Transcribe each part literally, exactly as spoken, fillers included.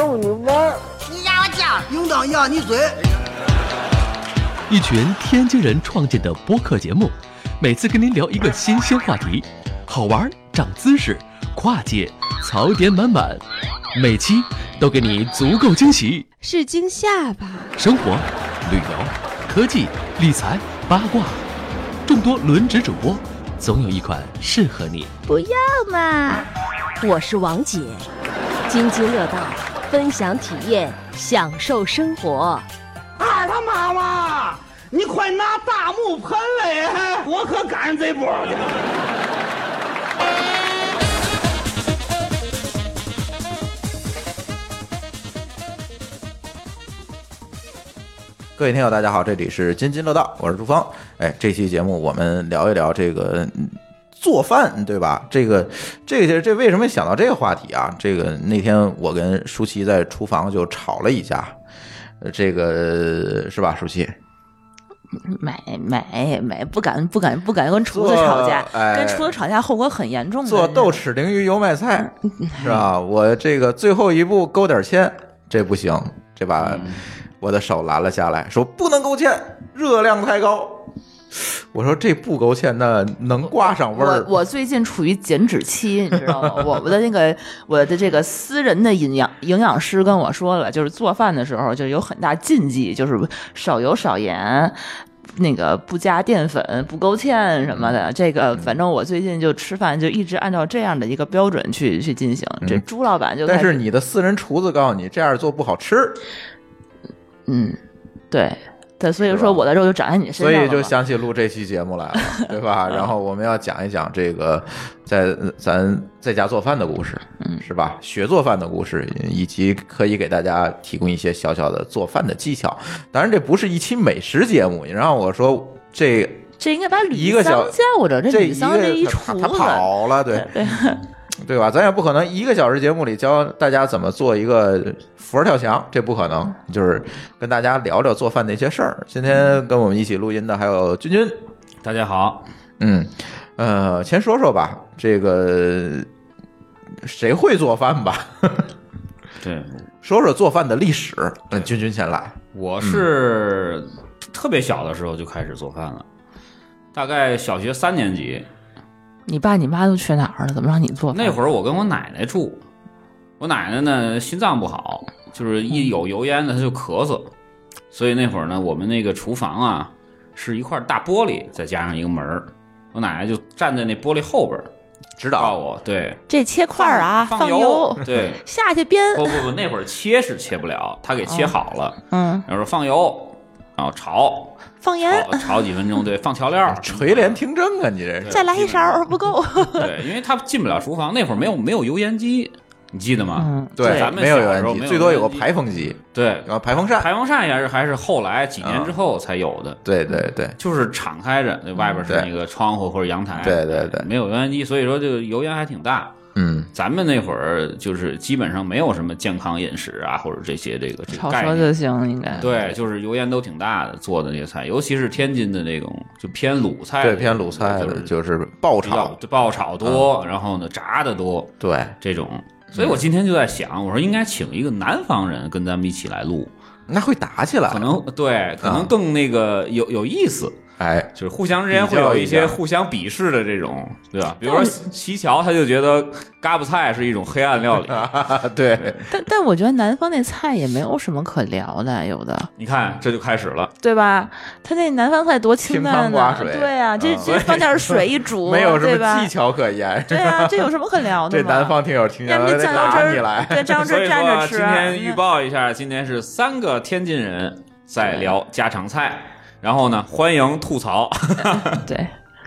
逗你玩。 你压我脚， 应当压你嘴。 一群天津人创建的播客节目，每次跟您聊一个新鲜话题，好玩、长姿势、跨界、槽点满满，每期都给你足够惊喜。 是惊吓吧？ 生活、旅游、科技、理财、八卦，众多轮值主播，总有一款适合你。 不要嘛！我是王姐，津津乐道，分享体验，享受生活。 二他妈妈，你快拿大木盆来，我可赶上这波去。 各位听友大家好，这里是津津乐道，我是朱芳。哎，这期节目我们聊一聊这个做饭，对吧？这个这个这为什么想到这个话题啊？这个那天我跟舒淇在厨房就吵了一架，这个是吧，舒淇？ 没没没，不敢不敢不敢跟厨子吵架， 哎、 跟厨子吵架后果很严重的。 做豆豉鲮鱼油麦菜是吧？我这个最后一步勾点芡，这不行，这把我的手拦了下来，说不能勾芡，热量太高。我说这不勾芡那能挂上味儿。 我我最近处于减脂期，你知道吗？我的那个我的这个私人的营养营养师跟我说了，就是做饭的时候就有很大禁忌，就是少油少盐，那个不加淀粉，不勾芡什么的。这个反正我最近就吃饭就一直按照这样的一个标准去去进行。这朱老板就但是你的私人厨子告诉你这样做不好吃。 嗯，对。对，所以说我的肉就长在你身上了， 所以就想起录这期节目来了，对吧？然后我们要讲一讲这个在咱在家做饭的故事，嗯，是吧？学做饭的故事，以及可以给大家提供一些小小的做饭的技巧。当然，这不是一期美食节目，你让我说这这应该把吕桑叫着，这吕桑这一厨子他跑了，对。 对对吧？咱也不可能一个小时节目里教大家怎么做一个俯卧跳墙，这不可能。就是跟大家聊聊做饭的一些事儿。今天跟我们一起录音的还有君君， 大家好。 嗯，呃，先说说吧，这个谁会做饭吧？ 对， 说说做饭的历史。嗯，君君先来。 我是特别小的时候就开始做饭了，大概小学三年级。 你爸你妈都去哪儿了？怎么让你做饭？ 那会儿我跟我奶奶住，我奶奶呢心脏不好，就是一有油烟呢她就咳嗽，所以那会儿呢我们那个厨房啊是一块大玻璃，再加上一个门，我奶奶就站在那玻璃后边指导我。对， 这切块啊， 放油， 油对， 下去煸。 不不不，那会儿切是切不了，他给切好了。 哦、嗯， 然后放油，然后炒。 放盐炒，炒几分钟，对，放调料， 垂帘听政啊，你这是再来一勺不够。 对，因为他进不了厨房，那会儿没有没有油烟机，你记得吗？ 嗯、对， 咱们没有油烟机， 最多有个排风机， 对， 然后排风扇， 排风扇也是还是后来几年之后才有的。 嗯、对对对， 就是敞开着，那外边是那个窗户或者阳台， 对对对， 没有油烟机，所以说这个油烟还挺大。 嗯， 咱们那会儿就是基本上没有什么健康饮食啊，或者这些这个这个概念，炒车就行，应该对，就是油烟都挺大的，做的那些菜，尤其是天津的那种就偏鲁菜， 对，偏鲁菜的，就是爆炒， 爆炒多，嗯、然后呢炸的多， 对， 这种，所以我今天就在想，我说应该请一个南方人跟咱们一起来录， 那会打起来， 可能对，可能更那个有有意思。 哎， 就是互相之间会有一些互相鄙视的这种，对吧？比如说西桥，他就觉得嘎巴菜是一种黑暗料理， 对。 但但我觉得南方那菜也没有什么可聊的，有的。 你看，这就开始了， 对吧？他那南方菜多清淡的， 对啊，这这放点水一煮， 没有什么技巧可言。 对啊，这有什么可聊的？ 这南方听友听见了，得打你来。 对，酱油汁蘸着吃。 今天预报一下，今天是三个天津人在聊家常菜。然后呢，欢迎吐槽。 对，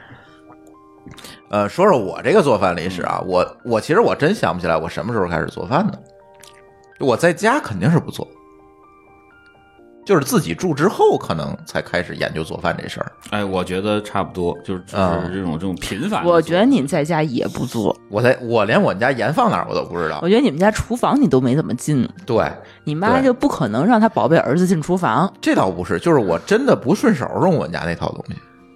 呃，说说我这个做饭历史啊，我我其实我真想不起来我什么时候开始做饭的。我在家肯定是不做，就是自己住之后可能才开始研究做饭这事儿。 哎，我觉得差不多，就是就是这种、嗯、这种频繁。 我觉得你在家也不做， 我在我连我们家盐放哪儿我都不知道。 我觉得你们家厨房你都没怎么进。 对， 你妈就不可能让她宝贝儿子进厨房。 这倒不是，就是我真的不顺手用我们家那套东西。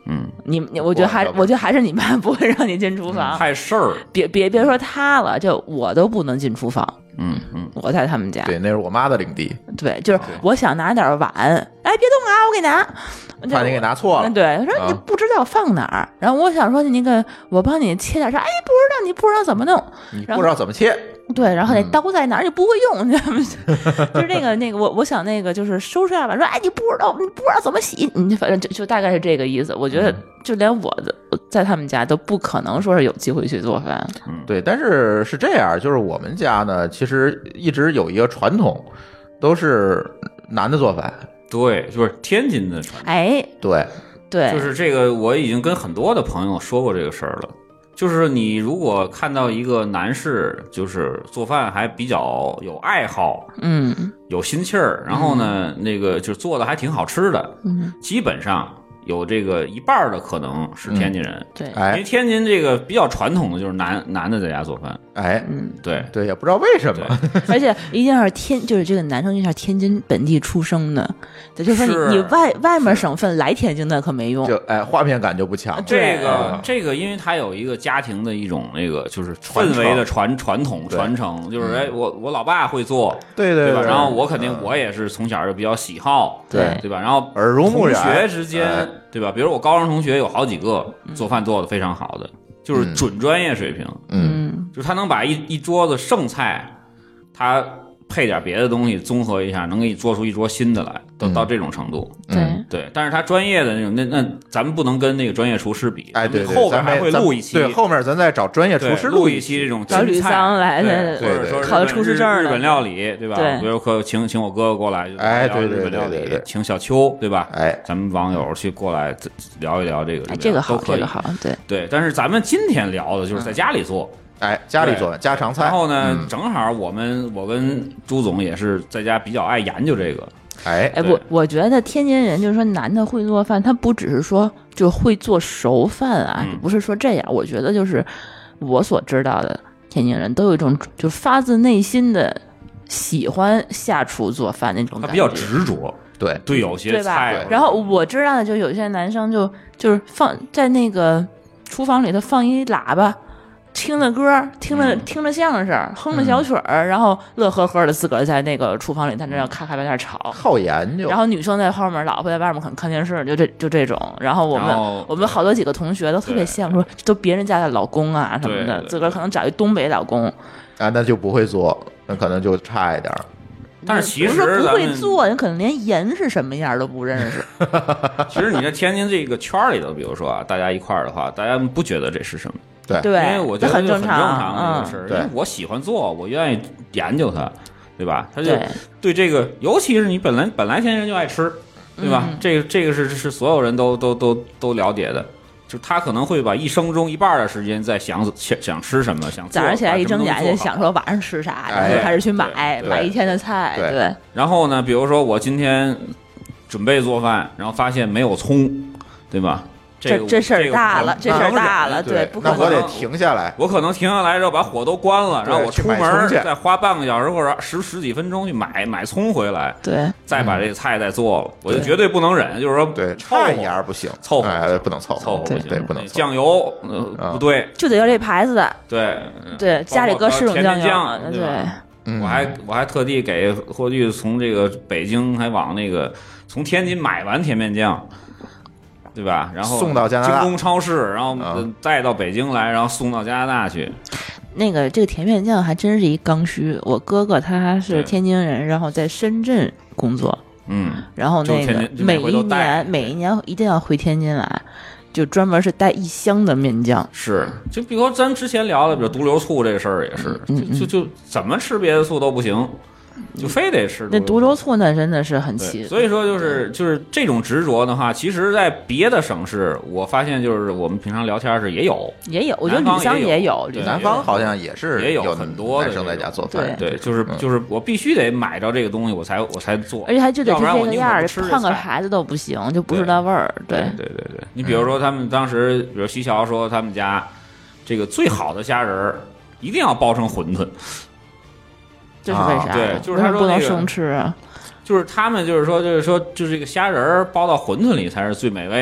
嗯， 你你，我觉得还我我觉得还是你妈不会让你进厨房， 碍事儿。 别别别说他了，就我都不能进厨房。 嗯嗯， 我在他们家， 对，那是我妈的领地， 对，就是我想拿点碗，哎，别动啊，我给拿。 怕你给拿错了。 对，说你不知道放哪儿，然后我想说你那个，我帮你切点啥，哎，不知道，你不知道怎么弄， 你不知道怎么切。 对，然后那刀在哪儿，你不会用，你知道吗？就是那个那个，我我想那个就是收拾下吧，说哎，你不知道，你不知道怎么洗，你反正就就大概是这个意思。我觉得就连我的在他们家都不可能说是有机会去做饭。 对，但是是这样，就是我们家呢，其实一直有一个传统，都是男的做饭。 对，就是天津的传统。 哎， 对对， 就是这个，我已经跟很多的朋友说过这个事儿了。就是你如果看到一个男士，就是做饭还比较有爱好， 嗯， 有心气儿，然后呢，嗯、那个就做的还挺好吃的， 嗯， 基本上有这个一半的可能是天津人。 嗯、对， 哎， 因为天津这个比较传统的就是男男的在家做饭。 哎， 嗯， 对对，也不知道为什么， 而且一定要是天，就是这个男生一定要天津本地出生的，也就是说你是你外外面省份来天津的可没用， 就哎画面感就不强。 这个嗯这个，因为它有一个家庭的一种那个就是氛围的传传统传承，就是哎我我老爸会做， 对对对吧？然后我肯定我也是从小就比较喜好， 对对吧？然后耳濡目染， 同学之间哎对吧？比如我高中同学有好几个做饭做的非常好的，就是准专业水平， 嗯， 就是他能把一一桌子剩菜，他配点别的东西综合一下，能给你做出一桌新的来，到到这种程度。 对对，但是他专业的那种，那那咱们不能跟那个专业厨师比。 哎，对对， 后边还会录一期， 对，后面咱再找专业厨师录一期这种找吕桑来的， 或者说考出师证日本料理，对吧？ 对， 比如可请请我哥哥过来， 哎， 聊日本料理，请小邱，对吧？ 哎， 咱们网友去过来聊一聊这个， 哎，这个好， 这个好，对对。但是咱们今天聊的就是在家里做。 哎，家里做家常菜。 然后呢， 嗯、 正好我们我跟朱总也是在家比较爱研究这个。 哎哎，我我觉得天津人就是说男的会做饭，他不只是说就会做熟饭啊， 嗯、 不是说这样。我觉得就是我所知道的天津人都有一种就发自内心的喜欢下厨做饭那种感觉， 他比较执着。 对对，有些菜。 然后我知道的就有些男生就就是放在那个厨房里头放一喇叭。听着歌，听着、嗯、听着相声，哼着小曲儿、嗯，然后乐呵呵的自个儿在那个厨房里，在那要咔咔在那炒， 好研究。 然后女生在后面，老婆在外面可能看电视，就这就这种。然后我们我们好多几个同学都特别羡慕，说都别人家的老公啊什么的，自个儿可能找一东北老公啊，那就不会做，那可能就差一点。 但是其实不是不会做，你可能连盐是什么样都不认识。 其实你在天津这个圈里头，比如说啊，大家一块儿的话，大家不觉得这是什么？ 对， 对， 因为我觉得很正常的一个事儿， 因为我喜欢做，我愿意研究它，对吧？他就对这个，尤其是你本来本来天津人就爱吃，对吧？ 嗯、 这个这个是是所有人都都都都了解的。就他可能会把一生中一半的时间在想想想吃什么，想早上起来一睁眼就想说晚上吃啥，然后就开始去买买一天的菜， 对。 对然后呢，比如说我今天准备做饭，然后发现没有葱，对吧？ 这这事儿大了，这事儿大了， 对， 不可能。 那我得停下来， 我可能停下来之后把火都关了，然后我出门再花半个小时或者十十几分钟去买买葱回来， 对， 再把这个菜再做了，我就绝对不能忍，就是说对，差一点不行， 凑合哎，不能凑合， 凑合不行， 对，不能酱油呃不对， 就得要这牌子的， 对对，家里搁十种酱油，对。 我还我还特地给霍炬从这个北京还往那个从天津买完甜面酱。对吧？然后送到加拿大京东超市，然后带到北京来，然后送到加拿大去。 那个这个甜面酱还真是一刚需。我哥哥他是天津人，然后在深圳工作， 嗯， 然后那个每一年每一年一定要回天津来，就专门是带一箱的面酱。 是，就比如咱之前聊的，比如毒瘤醋这个事儿也是， 嗯、 就就就怎么吃别的醋都不行。就非得吃那毒瘤醋，那真的是很奇。 所以说，就是就是这种执着的话，其实，在别的省市，我发现就是我们平常聊天是也有， 也有。我觉得吕桑也有， 南方好像也是也有很多男生在家做饭。 对，就是就是我必须得买着这个东西，我才我才做， 而且还就得是这个样儿，换个牌牌子都不行，就不是那味儿。 对对对对，你比如说他们当时，比如西桥说他们家这个最好的虾仁儿一定要包成馄饨。 这是为啥？ 对，就是他说不能生吃啊。 就是他们就是说，就是说，就是这个虾仁儿包到馄饨里才是最美味的。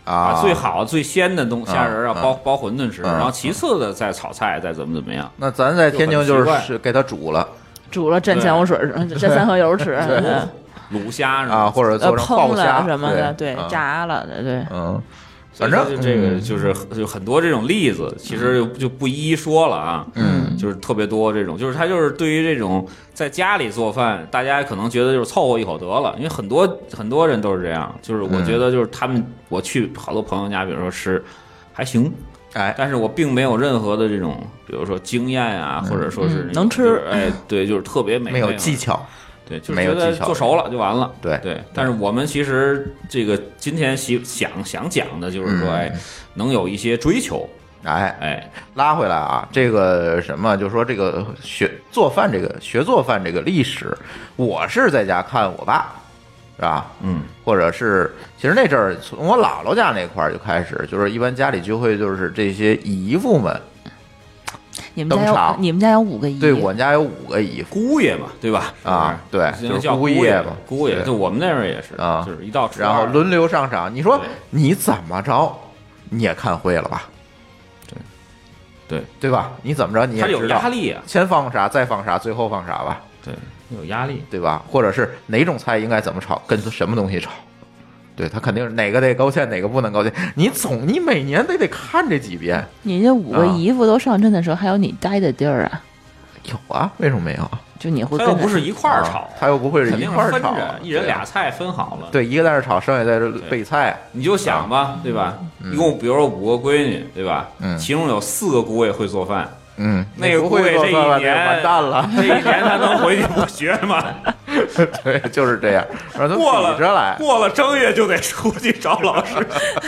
啊把最好最鲜的东虾仁啊啊包包馄饨吃， 啊然后其次的再炒菜，再怎么怎么样。 那咱在天津就就很奇怪是给它煮了煮了蘸酱油水，蘸三合油吃， 卤虾是吧啊，或者呃做成烹爆虾了什么的， 对， 对， 嗯炸了的，对。 嗯， 反反正正这个嗯就是就很多这种例子，其实就就不一一说了啊。 嗯， 就是特别多这种，就是他就是对于这种在家里做饭，大家可能觉得就是凑合一口得了，因为很多很多人都是这样。就是我觉得就是他们，我去好多朋友家，比如说吃还行， 哎， 但是我并没有任何的这种，比如说经验啊，或者说是那种能吃就是哎，对，就是特别美， 没有技巧， 对，就是觉得没有技巧做熟了就完了。 对对，但是我们其实这个今天想想想讲的就是说， 嗯哎，能有一些追求， 哎， 哎， 拉回来啊，这个什么，就说这个学做饭，这个学做饭这个历史，我是在家看我爸，是吧？ 嗯， 或者是其实那阵儿从我姥姥家那块儿就开始，就是一般家里就会就是这些姨夫们， 你们家有登场你们家有五个姨， 对我们家有五个姨夫姑爷嘛，对吧？ 啊，对， 是不是就是叫爷姑爷嘛， 姑爷， 对就我们那边也是啊就是一到初二然后轮流上场。你说对你怎么着，你也看会了吧？ 对对吧？你怎么着你也他有知道压力啊， 先放啥，再放啥，最后放啥吧？ 对，有压力。 对吧？或者是哪种菜应该怎么炒，跟什么东西炒？对他肯定是哪个得勾芡，哪个不能勾芡。你总你每年得得看这几遍。 你这五个姨夫都上阵的时候，还有你待的地儿啊？ 有啊，为什么没有啊？ 就你会跟着他又不是一块儿炒啊，他又不会是肯定一块儿炒是分着，，一人对啊俩菜分好了。 对，一个在这炒，剩下在这备菜。 你就想吧，对吧？一共比如说五个闺女，对吧？ 嗯其中有四个姑爷会做饭， 嗯， 那个不会姑爷这做饭了一年完蛋了。 这一年他能回去不学吗？ 对，就是这样，让他过了比着来。 过了正月就得出去找老师，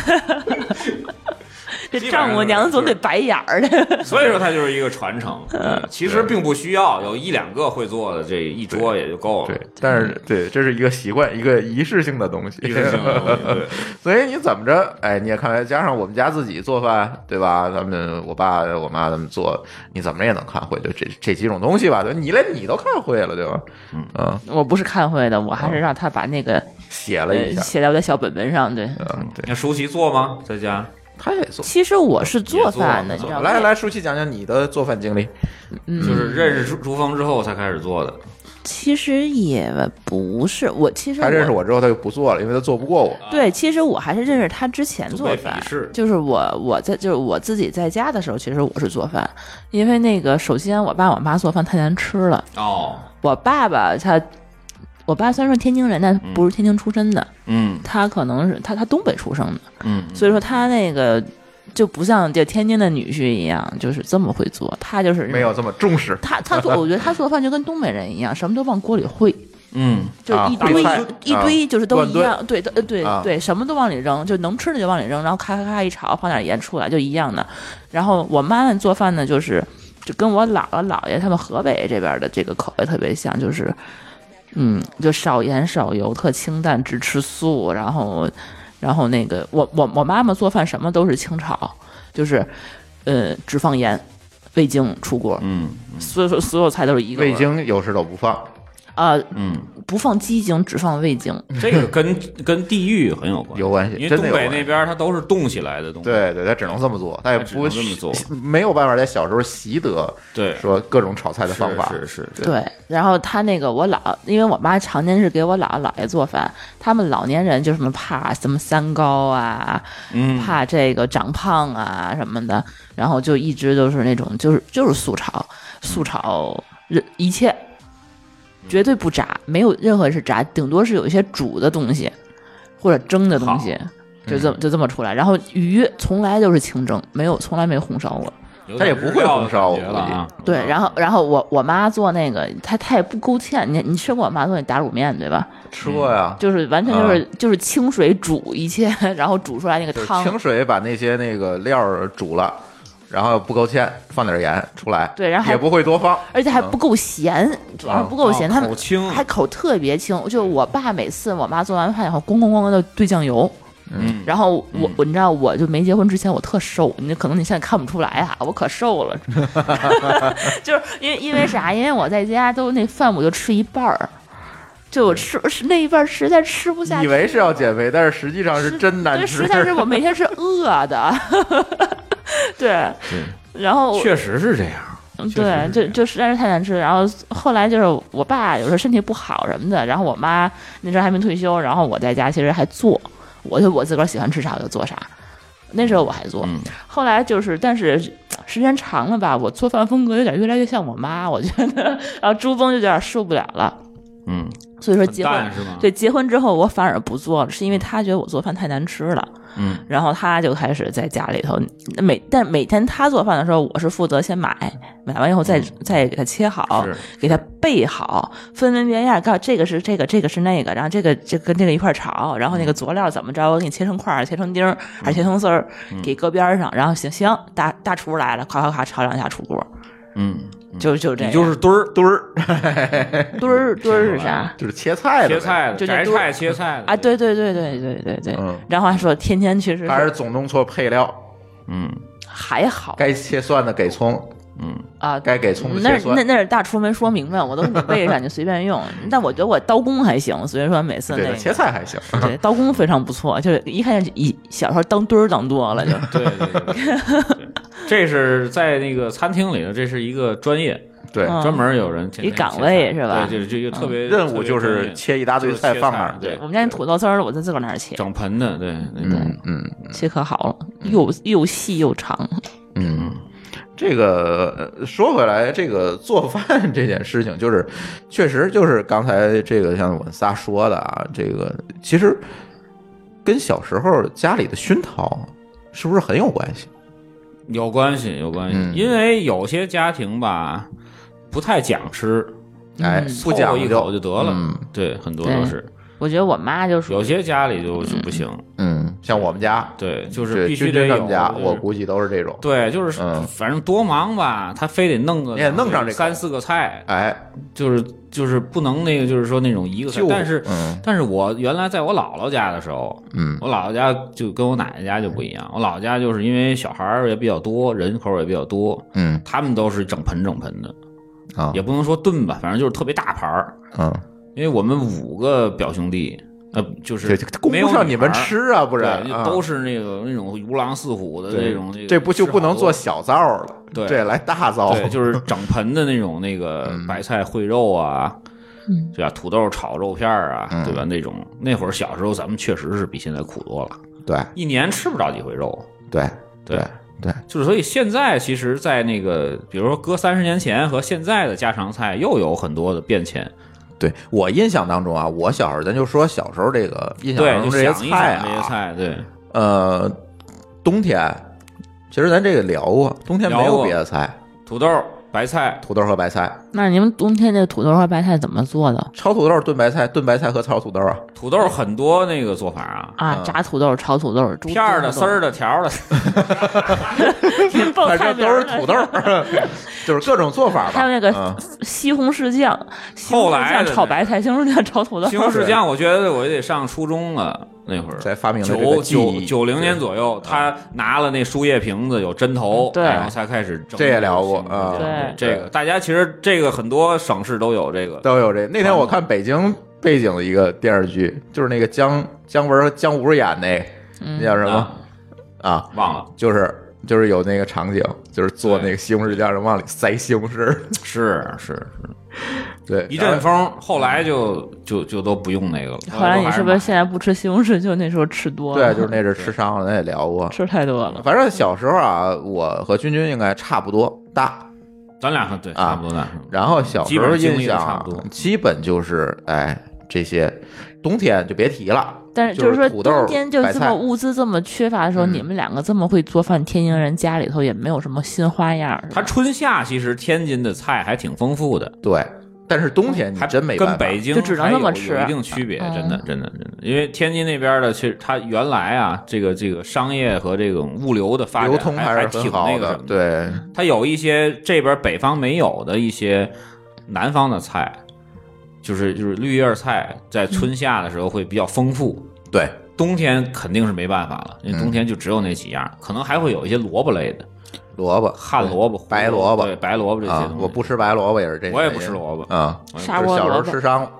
这丈母娘总得白眼儿的。 所以说它就是一个传承。嗯其实并不需要有一两个会做的，这一桌也就够了。 对，但是对，这是一个习惯，一个仪式性的东西。 仪式性的东西对， 所以你怎么着？哎，你也看来，加上我们家自己做饭，对吧？咱们我爸我妈他们做，你怎么着也能看会，就这这几种东西吧？对，你连你都看会了，对吧？嗯嗯， 我不是看会的，我还是让他把那个写了一下， 呃写在我的小本本上。对， 嗯，对， 那舒淇做吗？在家？ 他也做。 其实我是做饭的， 也做你知道吗？ 来来，舒淇讲讲你的做饭经历。 嗯， 就是认识朱朱峰之后才开始做的。 其实也不是，我其实他认识我之后，他就不做了，因为他做不过我。 对，其实我还是认识他之前做被饭鄙视， 就是我我在就是我自己在家的时候，其实我是做饭，因为那个首先我爸我妈做饭太难吃了， 哦， 我爸爸他。我爸虽然说天津人，但不是天津出身的， 嗯他可能是他他东北出生的， 嗯， 所以说他那个就不像就天津的女婿一样，就是这么会做，他就是没有这么重视。 他他做，我觉得他做饭就跟东北人一样，什么都往锅里烩， 嗯就是一堆、 啊烩菜一堆，就是都一乱样，对对对啊对，什么都往里扔，就能吃的就往里扔，然后咔咔咔一炒，放点盐出来就一样的。然后我妈妈做饭呢，就是就跟我姥姥姥爷他们河北这边的这个口味特别像，就是嗯，就少盐少油，特清淡，只吃素，然后然后那个我我我妈妈做饭什么都是清炒，就是呃只放盐。味精出锅， 嗯所以说所有菜都是一个味味精有时都不放。 啊、 嗯， 不放鸡精，只放味精。 这个跟跟地域很有关系， 有关系因为真的有关系东北那边它都是冻起来的东西。 对对，他只能这么做，他也他只不能这么做没有办法在小时候习得对， 说各种炒菜的方法。 是是是， 对，然后他那个我姥，因为我妈常年是给我姥姥姥爷做饭，他们老年人就什么怕什么三高啊， 嗯， 怕这个长胖啊什么的，然后就一直都是那种就是就是素炒，素炒任一切，绝对不炸，没有任何是炸，顶多是有一些煮的东西或者蒸的东西，就这么就这么出来。然后鱼从来都是清蒸，没有从来没红烧过。 有他也不会红烧点日料的感觉了啊。 对，然后然后我我妈做那个，她她也不勾芡，你你吃过我妈做那打卤面对吧？ 吃过呀， 就是完全就是、就是清水煮一切，然后煮出来那个就是汤。 清水把那些那个料儿煮了，然后不勾芡，放点盐出来， 对然后还也不会多放， 而且还不够咸，主要是不够咸， 哦他们口轻还口特别轻。就我爸每次我妈做完饭以后，咣咣咣的兑酱油， 嗯， 然后我我你知道我就没结婚之前我特瘦，你可能你现在看不出来啊，我可瘦了，就是因为因为啥？因为我在家都那饭我就吃一半儿。 就我吃是那一半实在吃不下去， 以为是要减肥，但是实际上是真难对， 吃。 实在是我每天是饿的，对，然后确实是这样。 对，就就实在是太难吃。然后后来就是我爸有时候身体不好什么的，然后我妈那时候还没退休，然后我在家其实还做，我就我自个儿喜欢吃啥我就做啥。那时候我还做， 嗯、 后来就是，但是时间长了吧，我做饭风格有点越来越像我妈，我觉得，然后朱峰就有点受不了了。 嗯， 所以说结婚是吗？ 对，结婚之后我反而不做了，是因为他觉得我做饭太难吃了。 嗯， 然后他就开始在家里头每但每天他做饭的时候，我是负责先买，买完以后再、嗯、再给他切好，给他备好，分门别样，告诉这个是这个，这个是那个，然后这个这跟这个一块炒，然后那个佐料怎么着，我给你切成块，切成丁儿，还是切成丝儿，嗯、给搁边上，然后行行，大大厨来了，咔咔咔炒两下出锅。 嗯。 就就这样， 你就是墩儿墩儿， 墩儿墩儿是啥？ 就是切菜的， 切菜的， 就摘菜切菜的啊！对对对对对对对。 嗯， 然后还说天天其实还是总弄错配料， 嗯， 还好， 该切蒜的给葱， 嗯啊， 该给葱的那切蒜。 那那是大厨没说明白，我都给你背上，你随便用。但我觉得我刀工还行，所以说每次那个切菜还行， 对，刀工非常不错，就是一看就一小时候当墩儿当多了就。 对对对，这是在那个餐厅里的，这是一个专业。 对， 专门有人一岗位是吧？ 对，就这个特别任务就是切一大堆菜放那儿。 对， 我们家那土豆丝儿，我在自个儿那儿切， 整盆的，对， 嗯嗯， 切可好了，又又细又长。 嗯，这个说回来，这个做饭这件事情，就是确实就是刚才这个像我们仨说的啊，这个其实跟小时候家里的熏陶是不是很有关系？ 有关系，有关系， 嗯、 因为有些家庭吧。不太讲吃， 哎，不讲一口就得了。 嗯， 对，很多都是。 我觉得我妈就是有些家里就是不行。 嗯，像我们家， 对，就是必须得有。 他们家，我估计都是这种。 对，就是反正多忙吧，他非得弄个， 你也弄上这三四个菜， 哎， 就是就是不能那个，就是说那种一个菜。但是，但是我原来在我姥姥家的时候， 嗯， 我姥姥家就跟我奶奶家就不一样。我姥姥家就是因为小孩也比较多，人口也比较多， 嗯， 他们都是整盆整盆的。 啊， 也不能说炖吧，反正就是特别大盘儿。 嗯， 因为我们五个表兄弟，呃，就是供不上你们吃啊，不然都是那个那种如狼似虎的那种。 这不就不能做小灶了？ 对， 这来大灶。 对，就是整盆的那种那个白菜烩肉啊， 嗯， 对吧？土豆炒肉片啊，对吧？那种那会儿小时候咱们确实是比现在苦多了。 对， 一年吃不着几回肉。 对对。 对， 就是所以现在其实，在那个比如说搁三十年前和现在的家常菜又有很多的变迁。 对我印象当中啊，我小时候咱就说小时候这个印象当中这些菜啊， 这些菜对， 呃，冬天其实咱这个聊过，冬天没有别的菜， 土豆、白菜、 土豆和白菜。 那你们冬天这土豆和白菜怎么做的？ 炒土豆、炖白菜，炖白菜和炒土豆啊。 土豆很多那个做法啊啊，炸土豆、炒土豆， 片儿的、丝儿的、条的， 反正都是土豆，就是各种做法吧。 还有那个西红柿酱， 后来炒白菜，西红柿酱炒土豆。 西红柿酱，我觉得我得上初中了。那会儿才发明了九九九零年左右，他拿了那输液瓶子有针头， 对， 然后才开始整。 这也聊过啊， 对这个大家其实这个很多省市都有这个， 都有这个。那天我看北京背景的一个电视剧，就是那个姜姜文和姜武演那，那叫什么啊？ 忘了， 就是就是有那个场景，就是做那个西红柿酱，然后往里塞西红柿， 是是是。 对， 一阵风，后来就就就都不用那个了。 后来你是不是现在不吃西红柿，就那时候吃多了？对，就是那阵吃伤了，咱也聊过， 吃太多了。 反正小时候啊，我和君君应该差不多大， 咱俩对差不多大。 然后小时候印象基本就是哎这些，冬天就别提了。 但是就是说，冬天就这么物资这么缺乏的时候，你们两个这么会做饭，天津人家里头也没有什么新花样。 他春夏其实天津的菜还挺丰富的， 对。但是冬天你真没办法，跟北京就只能那么吃， 有一定区别，真的，真的，真的。因为天津那边的，其实它原来啊，这个这个商业和这种物流的发展流通还是很好的， 对。 它有一些这边北方没有的一些南方的菜，就是就是绿叶菜，在春夏的时候会比较丰富。 对， 冬天肯定是没办法了，因为冬天就只有那几样，可能还会有一些萝卜类的。 萝卜、 旱萝卜、 白萝卜， 对白萝卜这些东西、 啊，我不吃白萝卜也是这。 我也不吃萝卜啊， 砂锅小时候吃伤了，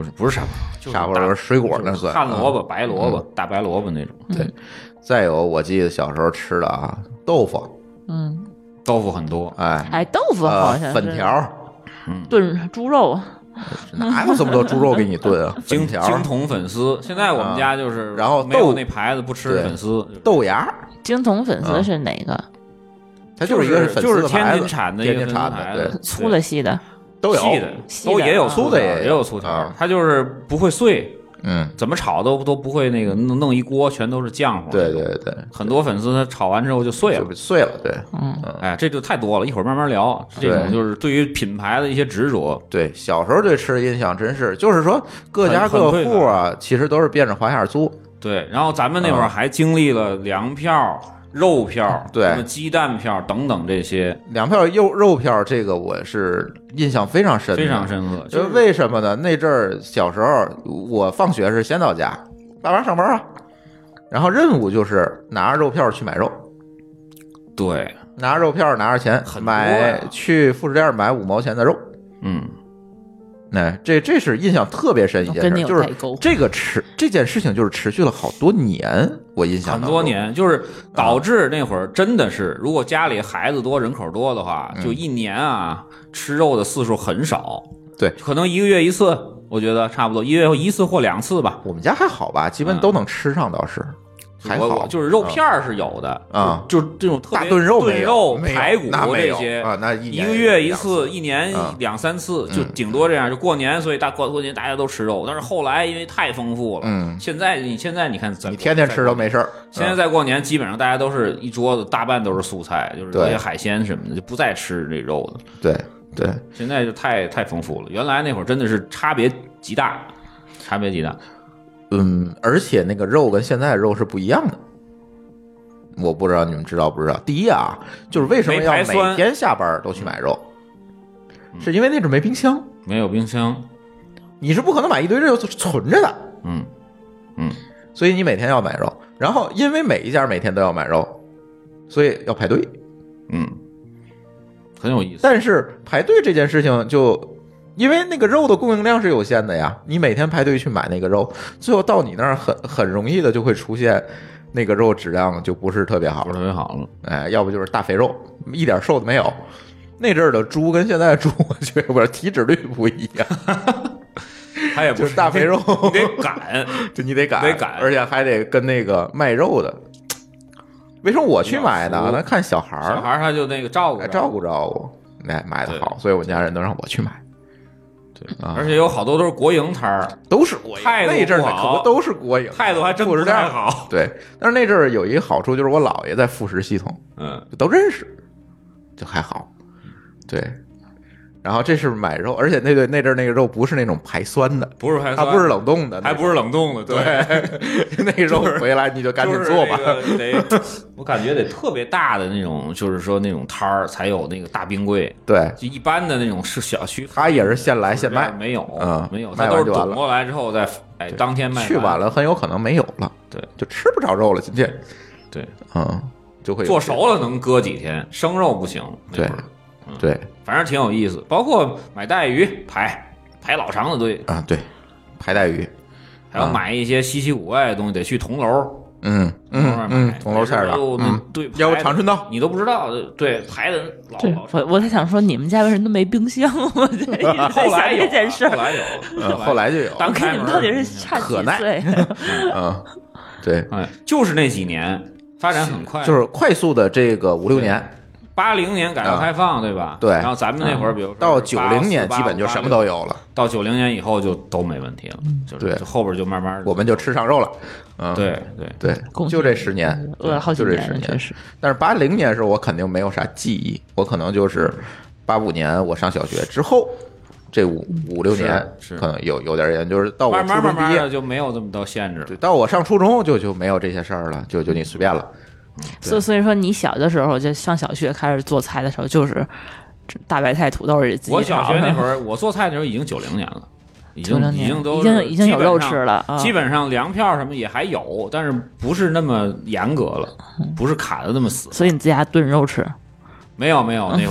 不是不是沙包，就是沙包是水果那算旱萝卜、白萝卜、大白萝卜那种。 对，再有我记得小时候吃的啊，豆腐， 嗯， 豆腐很多， 哎哎，豆腐好像呃、 是粉条， 炖猪肉， 哪有这么多猪肉给你炖啊？ 精粉条、 精统粉丝。现在我们家就是， 然后没有豆那牌子不吃粉丝， 豆芽， 精统粉丝是哪个？ 它就是一个粉就是丝的牌子天津产的一天个粉丝津产的， 牌子对， 粗的细的， 都有细的细的都也有啊粗粗的也有也有粗条啊， 它就是不会碎， 嗯， 怎么炒都都不会那个弄弄一锅全都是浆糊。 对对对， 很多粉丝它炒完之后就碎了就。碎了，对， 嗯， 哎，这就太多了，一会儿慢慢聊。这种就是对于品牌的一些执着， 对，小时候对吃的印象真是，就是说各家很各很户啊，其实都是变着花样租。 对。然后咱们那会儿还经历了粮票、肉票、 对什么鸡蛋票等等这些， 两票肉肉票，这个我是印象非常深的， 非常深刻。 就是为什么呢？那阵儿小时候，我放学是先到家，爸妈上班啊，然后任务就是拿着肉票去买肉， 对， 拿着肉票拿着钱很多呀买去副食店买五毛钱的肉。 嗯， 哎，这这是印象特别深一件跟你事，就是有代沟这个持这件事情就是持续了好多年，我印象很当中多年，就是导致那会儿真的是，如果家里孩子多、人口多的话，就一年啊吃肉的次数很少。 对， 可能一个月一次，我觉得差不多，一个月一次或两次吧。 我们家还好吧，基本都能吃上，倒是还好我我，就是肉片儿是有的啊就就这种特别大炖肉没有炖肉、 没有排骨那没有这些啊那一年一个月一两次， 次一年啊两三次， 嗯就顶多这样。就过年，所以大过过年大家都吃肉，但是后来因为太丰富了， 嗯现在你现在你看咱你天天吃都没事儿。 现在在过年，基本上大家都是一桌子，大半都是素菜，就是对这些海鲜什么的，就不再吃这肉的。 对对， 现在就太太丰富了，原来那会儿真的是差别极大，差别极大。 嗯，而且那个肉跟现在的肉是不一样的。我不知道你们知道不知道？第一啊，就是为什么要没排酸每天下班都去买肉，是因为那阵没冰箱， 没有冰箱， 你是不可能买一堆肉存着的， 嗯嗯， 所以你每天要买肉。然后因为每一家每天都要买肉，所以要排队。 嗯，很有意思。 但是排队这件事情就，因为那个肉的供应量是有限的呀，你每天排队去买那个肉，最后到你那儿很很容易的就会出现那个肉质量就不是特别好不是特别好了， 哎，要不就是大肥肉，一点瘦的没有。那阵儿的猪跟现在的猪，我觉得不是体脂率不一样， 它也不就是大肥肉， 你得赶， 就你得赶， 得赶而且还得跟那个卖肉的。为什么我去买呢？ 比较熟那看小孩儿， 小孩儿他就那个照顾哎照顾照顾，哎，买的好，所以我家人都让我去买。 对， 啊而且有好多都是国营摊儿， 都是国营， 态度那阵儿不好可不都是国营， 态度还真不副食店太好。 对，但是那阵儿有一个好处，就是我姥爷在副食系统， 嗯， 都认识，就还好。对，然后这是买肉，而且那对那阵儿那个肉不是那种排酸的， 不是排酸， 它不是冷冻的， 还不是冷冻的， 对，那个肉回来你就赶紧做吧。 就是那个得，我感觉得特别大的那种，就是说那种摊儿才有那个大冰柜。 对， 就一般的那种是小区， 它也是现来现卖， 没有， 嗯没有， 卖它都是完就完了囤过来之后再哎当天卖。 去晚了很有可能没有了， 对， 就吃不着肉了。今天， 对， 嗯，就会有做熟了能搁几天，生肉不行。 对对反正挺有意思。包括买带鱼排排老长的队啊，对，排带鱼， 还有买一些稀奇古怪的东西，得去铜楼。 嗯嗯嗯，铜楼菜上，嗯， 对， 要不长春道， 你都不知道，对，排的老对老我我在想说，你们家为什么都没冰箱？我这一直在想后来有这件事儿。 后来有， 嗯，后来就有， 当我看你们到底是差几可耐岁？ 嗯，对， 哎，就是那几年发展很快， 就是快速的这个五六年。 八零年改革开放，对吧？ 对然后咱们那会儿，比如说到九零年，基本就什么都有了。 到九零年以后就都没问题了，就是对就后边就慢慢我们就吃上肉了。嗯， 对对对， 恭喜就这十年， 饿了好几年了， 就这十年确实。 但是八零年时候我肯定没有啥记忆，我可能就是八五年我上小学之后，这五五六年是是可能有有点研究，就是到我慢初中毕业慢慢慢的，就没有这么多限制了。 对，到我上初中就就没有这些事儿了，就就你随便了。 所以所以说，你小的时候就上小学开始做菜的时候，就是大白菜、土豆儿。 我小学那会儿，我做菜的时候已经九零年了，已经已经都已经已经有肉吃了，啊、 基本上粮票什么也还有，但是不是那么严格了，不是卡的那么死。 所以你自家炖肉吃？ 没有没有，那会儿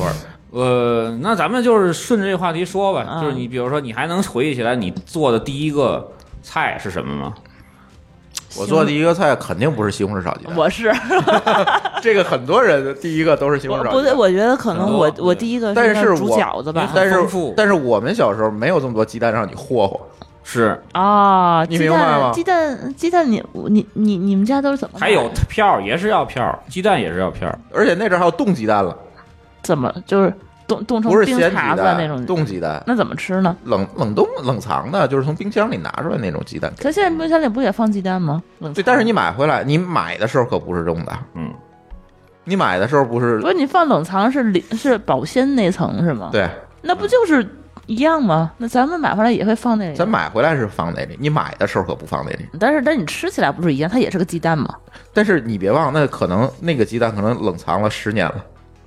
呃，那咱们就是顺着这个话题说吧， 嗯就是你比如说，你还能回忆起来你做的第一个菜是什么吗？ 我做的第一个菜肯定不是西红柿炒鸡蛋， 我是这个很多人第一个都是西红柿炒鸡蛋。 不对，我觉得可能我很多我第一个但是煮我饺子吧。 但是丰富但是我们小时候没有这么多鸡蛋让你霍霍， 是， 啊， 你鸡明白吗蛋鸡蛋鸡蛋你，你你你们家都是怎么买？ 还有票儿也是要票儿，鸡蛋也是要票儿。 而且那阵儿还有冻鸡蛋了， 怎么就是冻冻成不是冰鲜鸡碴子那蛋， 种？ 冻鸡蛋， 那怎么吃呢？ 冷冷冻冷藏的，就是从冰箱里拿出来那种鸡蛋。 可现在冰箱里不也放鸡蛋吗？冷对， 藏但是你买回来，你买的时候可不是冻的， 嗯， 你买的时候不是不是你放冷藏是里是保鲜那层是吗？， 对， 那不就是一样吗？那咱们买回来也会放那里， 咱买回来是放那里，你买的时候可不放那里。 但是但你吃起来不是一样，它也是个鸡蛋嘛。 但是你别忘，那可能那个鸡蛋可能冷藏了十年了，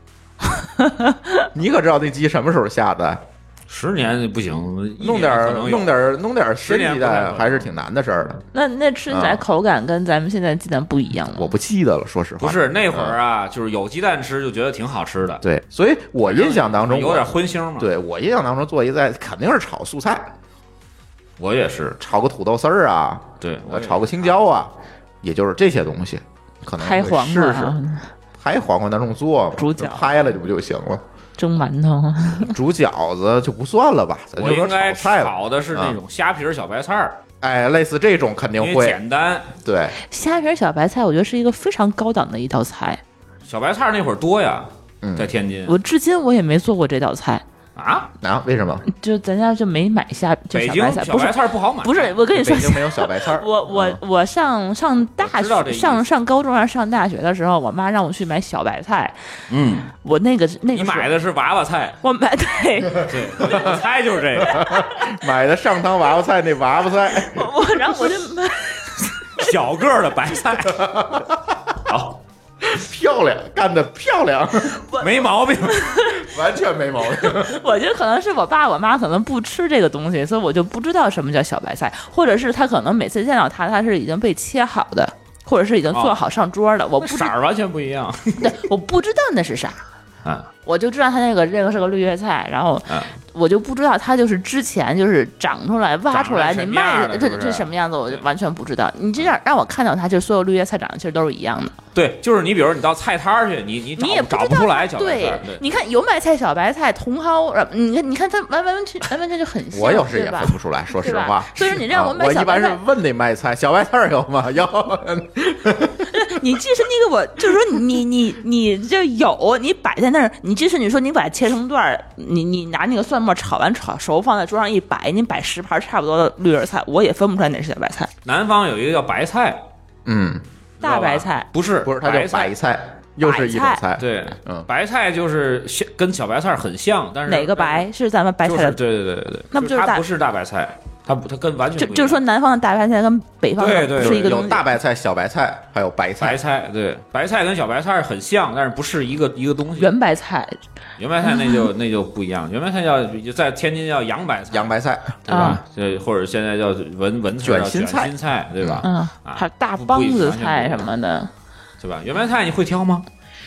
你可知道那鸡什么时候下蛋？ 十年不行，一弄点儿年可能有弄点儿弄点儿鲜十年鸡不太可能蛋还是挺难的事儿的。 那那吃起来啊口感跟咱们现在鸡蛋不一样吗？ 我不记得了，说实话。 不是那会儿啊，就是有鸡蛋吃就觉得挺好吃的， 对，所以我印象当中有点我荤腥嘛。， 对我印象当中做一菜肯定是炒蔬菜， 我也是， 炒个土豆丝儿啊， 对，我也呃炒个青椒啊，也就是这些东西，可能拍会黄瓜试试啊， 拍黄瓜那种做嘛， 煮饺就拍了就不就行了？ 蒸馒头， 煮饺子就不算了吧，咱就说我应该炒菜了。 炒的是那种虾皮儿小白菜儿， 哎，类似这种肯定因为会， 简单。 对， 虾皮小白菜，我觉得是一个非常高档的一道菜。 小白菜儿那会儿多呀， 嗯在天津我至今我也没做过这道菜， 啊， 啊，为什么？ 就咱家就没买虾，就北京小白菜，不是小白菜儿不好买， 不是，我跟你说北，京没有小白菜儿。 我我嗯我上上大学我知道这意思上上高中还是上大学的时候，我妈让我去买小白菜， 嗯， 我那个那个你买的是娃娃菜， 我买对， 对，我猜就是这个买的上汤娃娃菜那娃娃菜， 我我然后我就买， 小个儿的白菜，好， 漂亮，干得漂亮， 没毛病。 完全没毛病。 我觉得可能是我爸我妈可能不吃这个东西，所以我就不知道什么叫小白菜，或者是他可能每次见到它，它是已经被切好的，或者是已经做好上桌的，我不知色儿完全不一样对，我不知道那是啥。 啊。 我就知道它那个这个是个绿叶菜，然后啊我就不知道它就是之前就是长出来挖出来，你长得什么样卖这的是不是这什么样子，我就完全不知道。你这样让我看到它，就是所有绿叶菜长得其实都是一样的， 对，就是你，比如你到菜摊儿去，你你找你也不知道找不出来小白菜对儿，对， 你看油麦菜、小白菜、茼蒿，呃你看你看它完完全完完全就很像， 我有时也对吧分不出来，说实对吧话。 所以说你让我啊我一买小白菜， 般是问那卖菜，小白菜儿有吗？有。 你即使那个我就是说你你你这有你摆在那儿，你即使你说你把它切成段儿，你你拿那个蒜末炒完炒熟放在桌上一摆，你摆十盘差不多的绿叶菜，我也分不出来哪是小白菜。 南方有一个叫白菜， 嗯， 知道吧大白菜不是不是，它叫白菜白菜，又是一种白菜。 对， 嗯白菜就是像跟小白菜很像，但是哪个白是咱们白就是菜的？ 对对对对对， 那不就是大它不是大白菜，它不它跟完全就不一样就是说南方的大白菜跟北方的对对不是一个东西。 有大白菜、小白菜，还有白菜。 白菜对白菜跟小白菜很像，但是不是一个一个东西。 圆白菜圆白菜那就那就不一样，圆白菜叫在天津叫洋白菜， 洋白菜， 对吧啊？ 这或者现在叫文文词叫卷心菜心菜，对吧？ 嗯， 啊还有大不帮不完全不子菜一样什么的， 对吧？圆白菜你会挑吗？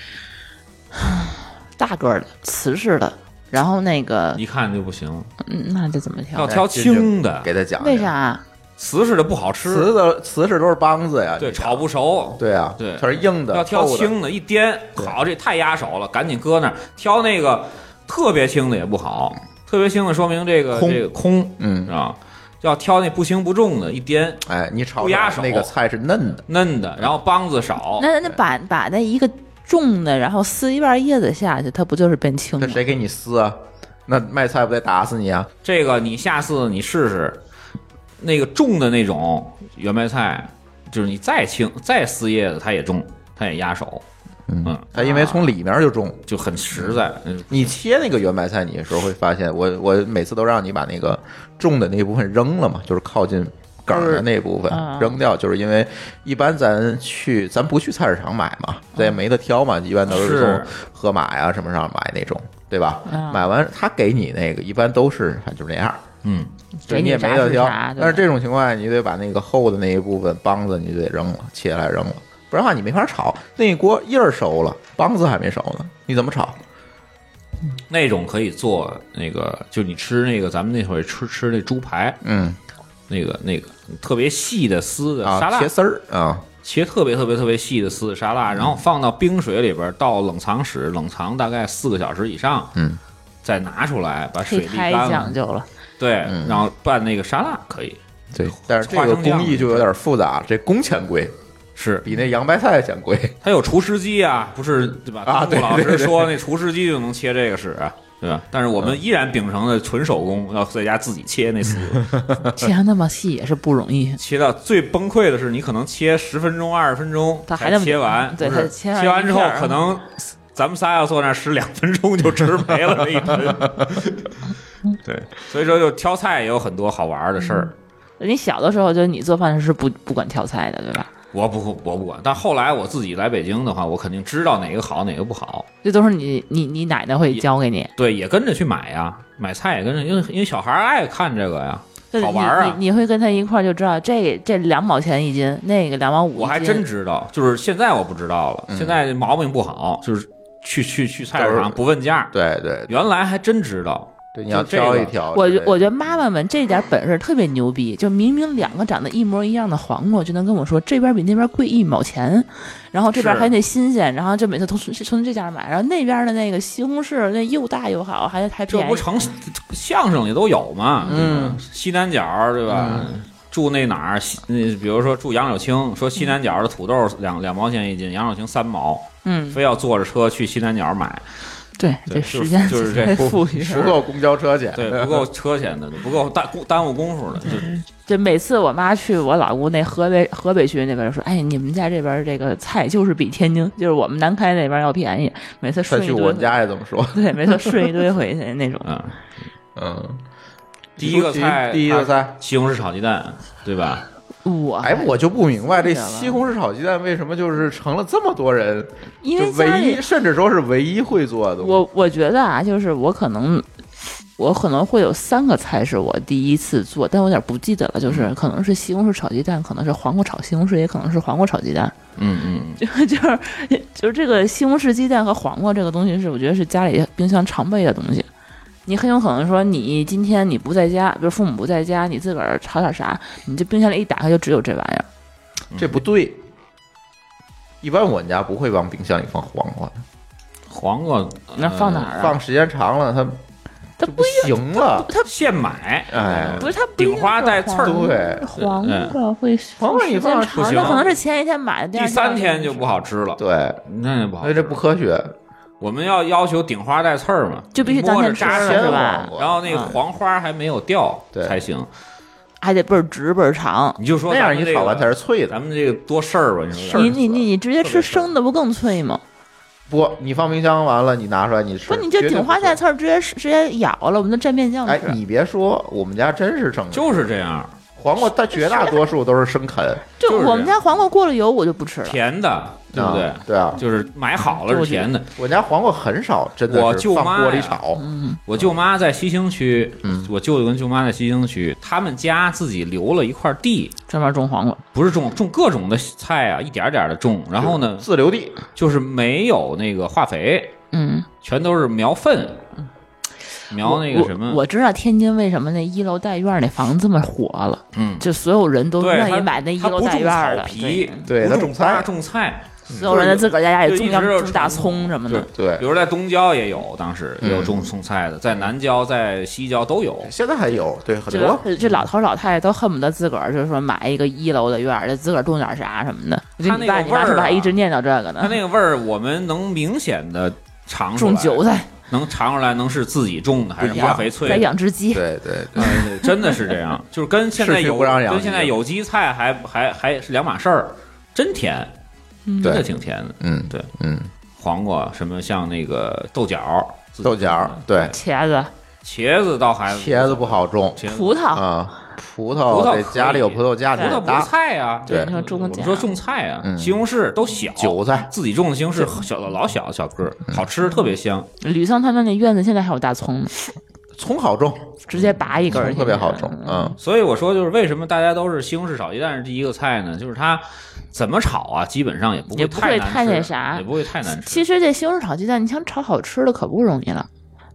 大个儿的瓷实的，然后那个一看就不行， 嗯，那这怎么挑？ 要挑轻的， 给他讲。 为？啥？ 瓷实的不好吃， 瓷的瓷实都是帮子呀， 对， 你想炒不熟。 对啊， 对它是硬的， 要挑厚的。 轻的，一颠，好，这太压手了，赶紧搁那儿。挑那个特别轻的也不好，特别轻的说明这个空这个空， 嗯， 啊，要挑那不轻不重的，一颠哎，你炒不压手出来那个菜是嫩的， 嫩的，然后帮子少。 那那把把那一个重的，然后撕一半叶子下去，它不就是变轻吗？ 这谁给你撕啊？那卖菜不得打死你啊？ 这个你下次你试试，那个重的那种圆白菜，就是你再轻再撕叶子，它也重，它也压手，嗯， 它因为从里面就重。 就很实在。嗯， 你切那个圆白菜，你有时候会发现，我我每次都让你把那个重的那部分扔了嘛，就是靠近梗儿的那部分嗯扔掉，就是因为一般咱去咱不去菜市场买嘛，咱也没得挑嘛，一般都是是从盒马呀什么上买那种，对吧？ 嗯买完他给你那个，一般都是就那样， 嗯， 对你也给你啥没得挑是啥。对但是这种情况下，你得把那个厚的那一部分帮子你就得扔了，切下来扔了，不然的话你没法炒。那一锅叶儿熟了，帮子还没熟呢，你怎么炒？ 那种可以做那个，就你吃那个咱们那会儿吃吃那猪排， 嗯那个那个特别细的丝的沙啊， 拉， 切丝儿啊， 切特别特别特别细的丝的沙拉，然后放到冰水里边，到冷藏室冷藏大概四个小时以上， 嗯， 再拿出来把水沥这太干了， 讲究了。 对， 嗯然后拌那个沙拉可以， 对，但是这个工艺就有点复杂，这工钱贵， 是比那洋白菜钱贵。 它有厨师机啊，不是对吧？ 啊对杜老师对对说那厨师机就能切这个使啊，对吧？但是我们依然秉承了纯手工，要在家自己切那丝， 切那么细也是不容易。 切到最崩溃的是，你可能切十分钟、二十分钟才它还那么切完， 对不是它切完切完之后一片儿可能咱们仨要坐那儿十两分钟就吃没了那一盆。对，所以说就挑菜也有很多好玩的事儿。 你小的时候就你做饭是不不管挑菜的，对吧？ 我不我不管，但后来我自己来北京的话，我肯定知道哪个好哪个不好。 这都是你你你奶奶会教给你。 对，也跟着去买呀，买菜也跟着，因为因为小孩爱看这个呀， 就是好玩啊。 你你会跟他一块儿就知道这这两毛钱一斤，那个两毛五一斤。 我还真知道，就是现在我不知道了， 嗯现在毛病不好，就是去去去菜市场不问价。 对对原来还真知道。 对，你要就这个挑一挑。 我觉对我觉得妈妈们这点本事特别牛逼，就明明两个长得一模一样的黄瓜，就能跟我说这边比那边贵一毛钱，然后这边是还得新鲜，然后就每次从从这家买，然后那边的那个西红柿那又大又好，还还便宜。 这不成相声里都有嘛？ 嗯， 西南角对吧？ 嗯住那哪儿？西那比如说住杨柳青，说西南角的土豆两两毛钱一斤，杨柳青三毛， 嗯， 非要坐着车去西南角买。 对， 对这时间就是这太富裕了。 不够公交车钱。 对，不够车钱的，不够耽耽误功夫的，就就每次我妈去我老姑那河北河北区那边说，哎，你们家这边这个菜就是比天津，就是我们南开那边要便宜。每次他顺一堆， 去我们家也这么说。 对，每次顺一堆回去那种。 嗯， 嗯， 第一个菜， 第一个菜， 西红柿炒鸡蛋，对吧？ 我哎，我就不明白这了西红柿炒鸡蛋为什么就是成了这么多人， 因就唯为家里一甚至说是唯一会做的东西。 我我觉得啊，就是我可能我可能会有三个菜是我第一次做，但我有点不记得了，就是可能是西红柿炒鸡蛋，可能是黄瓜炒西红柿，也可能是黄瓜炒鸡蛋。 嗯嗯， 就就是就是这个西红柿鸡蛋和黄瓜这个东西是我觉得是家里冰箱常备的东西。你很有可能说，你今天你不在家，比如父母不在家，你自个儿炒点啥，你这冰箱里一打开就只有这玩意儿。 这不对，一般我们家不会往冰箱里放黄瓜的， 黄瓜那放哪儿啊？ 放时间长了它它就不行了。 它现买， 哎不是它不一定顶花带刺儿对黄瓜会黄瓜你放时间长， 不行那可能是前一天买的，第二第三天天就不好吃了， 对， 那也不好吃。 所以这不科学。 我们要要求顶花带刺儿嘛， 就必须你摸当天吃着扎实是吧黄瓜然后那个嗯黄花还没有掉对才行。 还得倍儿直倍儿长。 你就说那样咱们这个你炒完才是脆的。 咱们这个多事儿吧？你说事儿你你你你直接吃生的不更脆吗？ 不，你放冰箱完了，你拿出来你吃， 不，你就绝对顶花不脆。 带刺儿直接直接咬了，我们就蘸面酱哎， 吃。 你别说，我们家真是正的， 就是这样， 黄瓜，它绝大多数都是生啃， 就就是我们家黄瓜过了油我就不吃了。 甜的，对不对啊？对啊， 就是买好了是甜的。 我家黄瓜很少，真的我是放舅妈呀锅里炒。 嗯， 我舅妈在西兴区， 嗯我舅舅跟舅妈在西兴区，他们家自己留了一块地， 专门种黄瓜。 不是种种各种的菜啊，一点点的种，然后呢， 自留地， 就是没有那个化肥， 嗯， 全都是苗粪，苗那个什么， 我，我知道天津为什么那一楼带院儿那房子这么火了， 嗯， 就所有人都对愿意他买那一楼他不种带院儿的。 草皮， 对他不种种菜花种菜， 所有人在自个儿家也种点就一直有种大传统葱什么的。 对比，如在东郊也有，当时也有嗯种种菜的，在南郊、在西郊都有。 现在还有，对，很这多。 这老头老太太都恨不得自个儿就是说买一个一楼的院儿，就自个儿种点啥什么的。我觉得你爸你妈是不是还一直念叨这个呢？ 它那个味儿，我们能明显的尝出来， 种韭菜， 能尝出来能是自己种的还是化肥催再的。 养只鸡。 对对对， 嗯，真的是这样，就是跟现在市区有不让养跟现在鸡有机菜还还还是两码事儿，真甜， 嗯真的对挺甜的。 嗯， 对， 嗯， 黄瓜什么像那个豆角、自己豆角，对， 茄子、 茄子倒还茄子不好种茄子葡萄， 啊，葡葡萄萄可以这家里有葡萄架挺大葡萄不是，菜呀， 对你说种个我们说种菜啊， 嗯西红柿都小， 韭菜， 自己种的西红柿小老小小个儿，好吃，特别香。 吕桑他们那院子现在还有大葱呢， 葱好种， 直接拔一根儿葱去， 特别好种，嗯， 所以我说，就是为什么大家都是西红柿炒鸡蛋是第一个菜呢？就是它怎么炒啊，基本上也不会也不会难吃， 太那啥也不会太难吃。 其实这西红柿炒鸡蛋，你想炒好吃的可不容易了。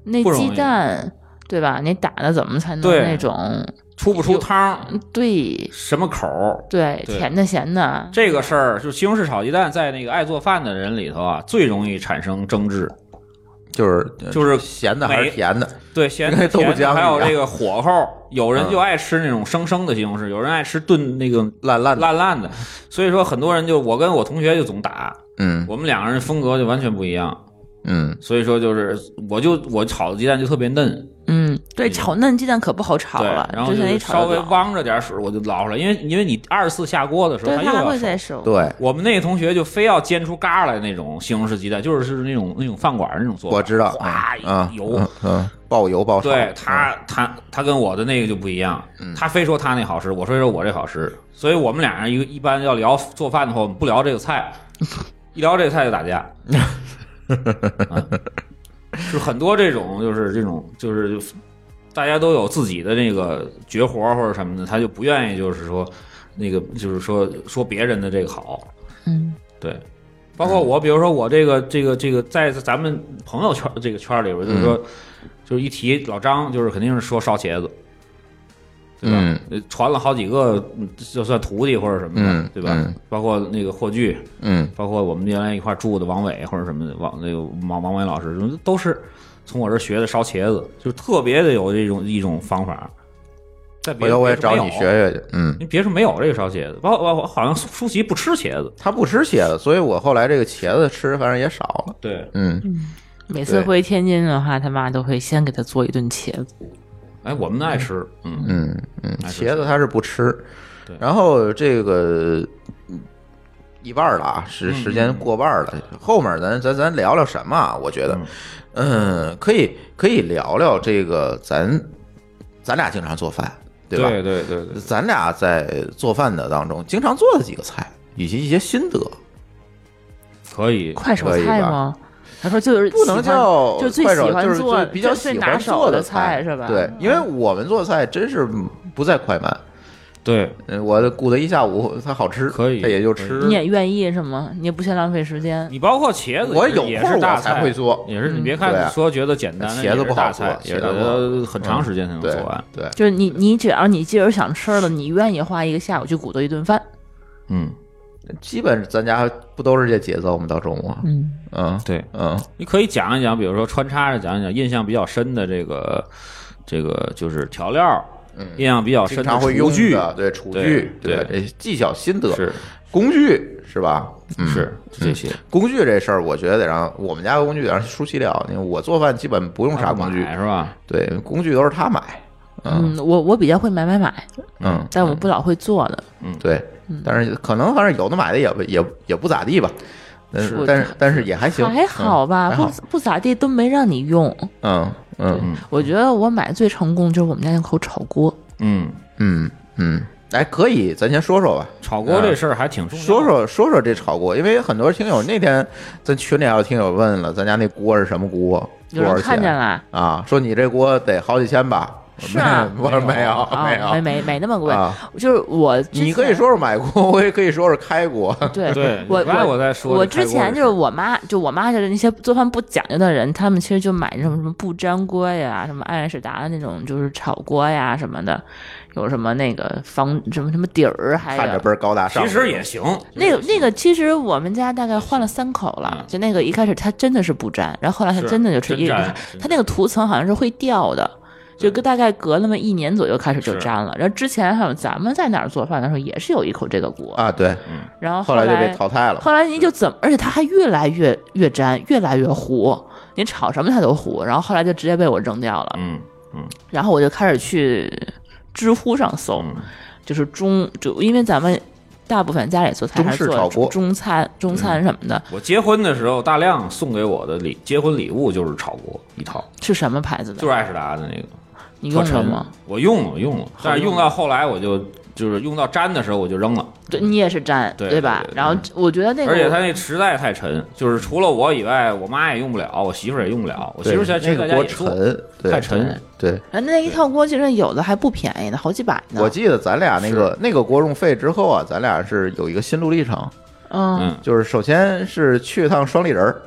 那不容易鸡蛋对吧？你打的怎么才能对那种出不出汤， 对什么口儿？ 对对甜的咸的？ 这个事儿，就西红柿炒鸡蛋，在那个爱做饭的人里头啊，最容易产生争执。 就是就是咸的还是每甜的？ 对，咸跟的、甜的， 豆浆一样还有这个火候，有人就爱吃那种生生的西红柿，有人爱吃炖那个烂烂的。 烂烂的。所以说，很多人就我跟我同学就总打， 嗯我们两个人风格就完全不一样。 嗯， 所以说就是，我就我炒的鸡蛋就特别嫩， 嗯，对，炒嫩鸡蛋可不好炒对， 了， 然后就之前一是稍微炒就老汪着点水我就捞出来，因为因为你二十四下锅的时候， 对， 它又要它还会熟再熟。 对， 我们那个同学就非要煎出嘎来那种西红柿鸡蛋，就是是那种那种饭馆那种做法， 我知道， 哗嗯油， 嗯嗯，爆油爆炒。 对他他他跟我的那个就不一样，他非说他那好吃，我说说我这好吃，所以我们俩人一一般要聊做饭的话，我们不聊这个菜，一聊这个菜就打架。啊就很多这种，就是这种，就是大家都有自己的那个绝活或者什么的，他就不愿意，就是说那个，就是说说别人的这个好， 嗯， 对。包括我，比如说我这个这个这个，在咱们朋友圈这个圈里边，就是说，就是一提老张，就是肯定是说烧茄子，对吧？ 嗯、 传了好几个，就算徒弟或者什么的， 嗯、 对吧？ 嗯、 包括那个霍炬， 嗯， 包括我们原来一块住的王伟或者什么的，王那个王王伟老师，都是从我这学的烧茄子，就特别的有这种一种方法。在别回头我也找你学学去。嗯， 你别说没有这个烧茄子，包括我好像舒淇不吃茄子， 他不吃茄子，所以我后来这个茄子吃反正也少了。 对， 嗯， 每次回天津的话，他妈都会先给他做一顿茄子。 哎，我们爱吃，嗯嗯嗯， 爱吃茄子他是不吃。 对， 然后这个一半了啊，时时间过半了， 嗯后面咱咱咱聊聊什么啊？我觉得，嗯，可以可以聊聊这个咱咱俩经常做饭，对吧？ 对对对对， 咱俩在做饭的当中经常做的几个菜，以及一些心得， 可以快手菜吗？他说就是不能叫就最喜欢做， 就是比较喜欢做的菜是吧？ 对，因为我们做菜真是不在快慢。 对， 我顾得一下午，它好吃， 可以， 它也就吃。 你也愿意是吗？你也不嫌浪费时间。 你包括茄子， 我有空我才会做， 也是你别看说觉得简单， 茄子不好做， 也是很长时间才能做完。 对， 就是你你只要你今儿想吃了，你愿意花一个下午去鼓捣一顿饭。 嗯。 基本咱家不都是这节奏吗？到中午， 嗯嗯， 对， 嗯， 你可以讲一讲，比如说穿插着讲一讲印象比较深的这个这个就是调料， 嗯， 印象比较深的厨具， 对厨具， 对这技巧心得是工具是吧？ 是这些工具这事儿，我觉得得让我们家的工具得让舒淇聊，因为我做饭基本不用啥工具， 是吧？ 对，工具都是他买。 嗯，我我比较会买买买， 嗯， 但我不老会做的， 嗯，对。但是可能反正有的买的也也也不咋地吧，但是但是但是也还行， 还好吧， 嗯、 不不咋地都没让你用。 嗯嗯， 我觉得我买最成功就是我们家那口炒锅。 嗯嗯嗯，哎，可以，咱先说说吧。 炒锅这事儿还挺重要、 嗯，说说说说这炒锅，因为很多听友那天咱群里还有听友问了，咱家那锅是什么锅？ 有人看见了啊，说你这锅得好几千吧？ 是啊， 我说没有，没有， 没没没那么贵。 啊、 就是我， 你可以说说买锅，我也可以说说开锅。 对对， 我我我在说， 我之前就是我妈，就我妈就是那些做饭不讲究的人，他们其实就买那种什么不粘锅呀，什么爱仕达的那种就是炒锅呀什么的，有什么那个防什么什么底儿，还看着倍儿高大上， 其实也行。 那个那个，其实我们家大概换了三口了， 嗯、 就那个一开始它真的是不粘，然后后来它真的就一，它那个涂层好像是会掉的。就大概隔那么一年左右开始就粘了，然后之前好像咱们在哪儿做饭的时候也是有一口这个锅啊，对， 然后后来就被淘汰了。 后来你就怎么，而且它还越来越越粘，越来越糊，你炒什么它都糊，然后后来就直接被我扔掉了。 嗯嗯， 然后我就开始去知乎上搜， 嗯、 就是中就因为咱们大部分家里做菜还是做中餐中餐什么的、 嗯。我结婚的时候，大亮送给我的礼结婚礼物就是炒锅一套， 是什么牌子的？ 就是爱仕达的那个。 你用了吗？ 我用了，我用了，但是用到后来我就就是用到粘的时候我就扔了。 对，你也是粘， 对对吧？然后我觉得那个， 而且它那实在太沉，就是除了我以外，我妈也用不了，我媳妇儿也用不了。我媳妇儿现在那个锅沉， 太沉。 对， 那一套锅其实有的还不便宜呢，好几百呢。 我记得咱俩那个那个锅用废之后啊，咱俩是有一个心路历程。 嗯， 就是首先是去一趟双立人儿。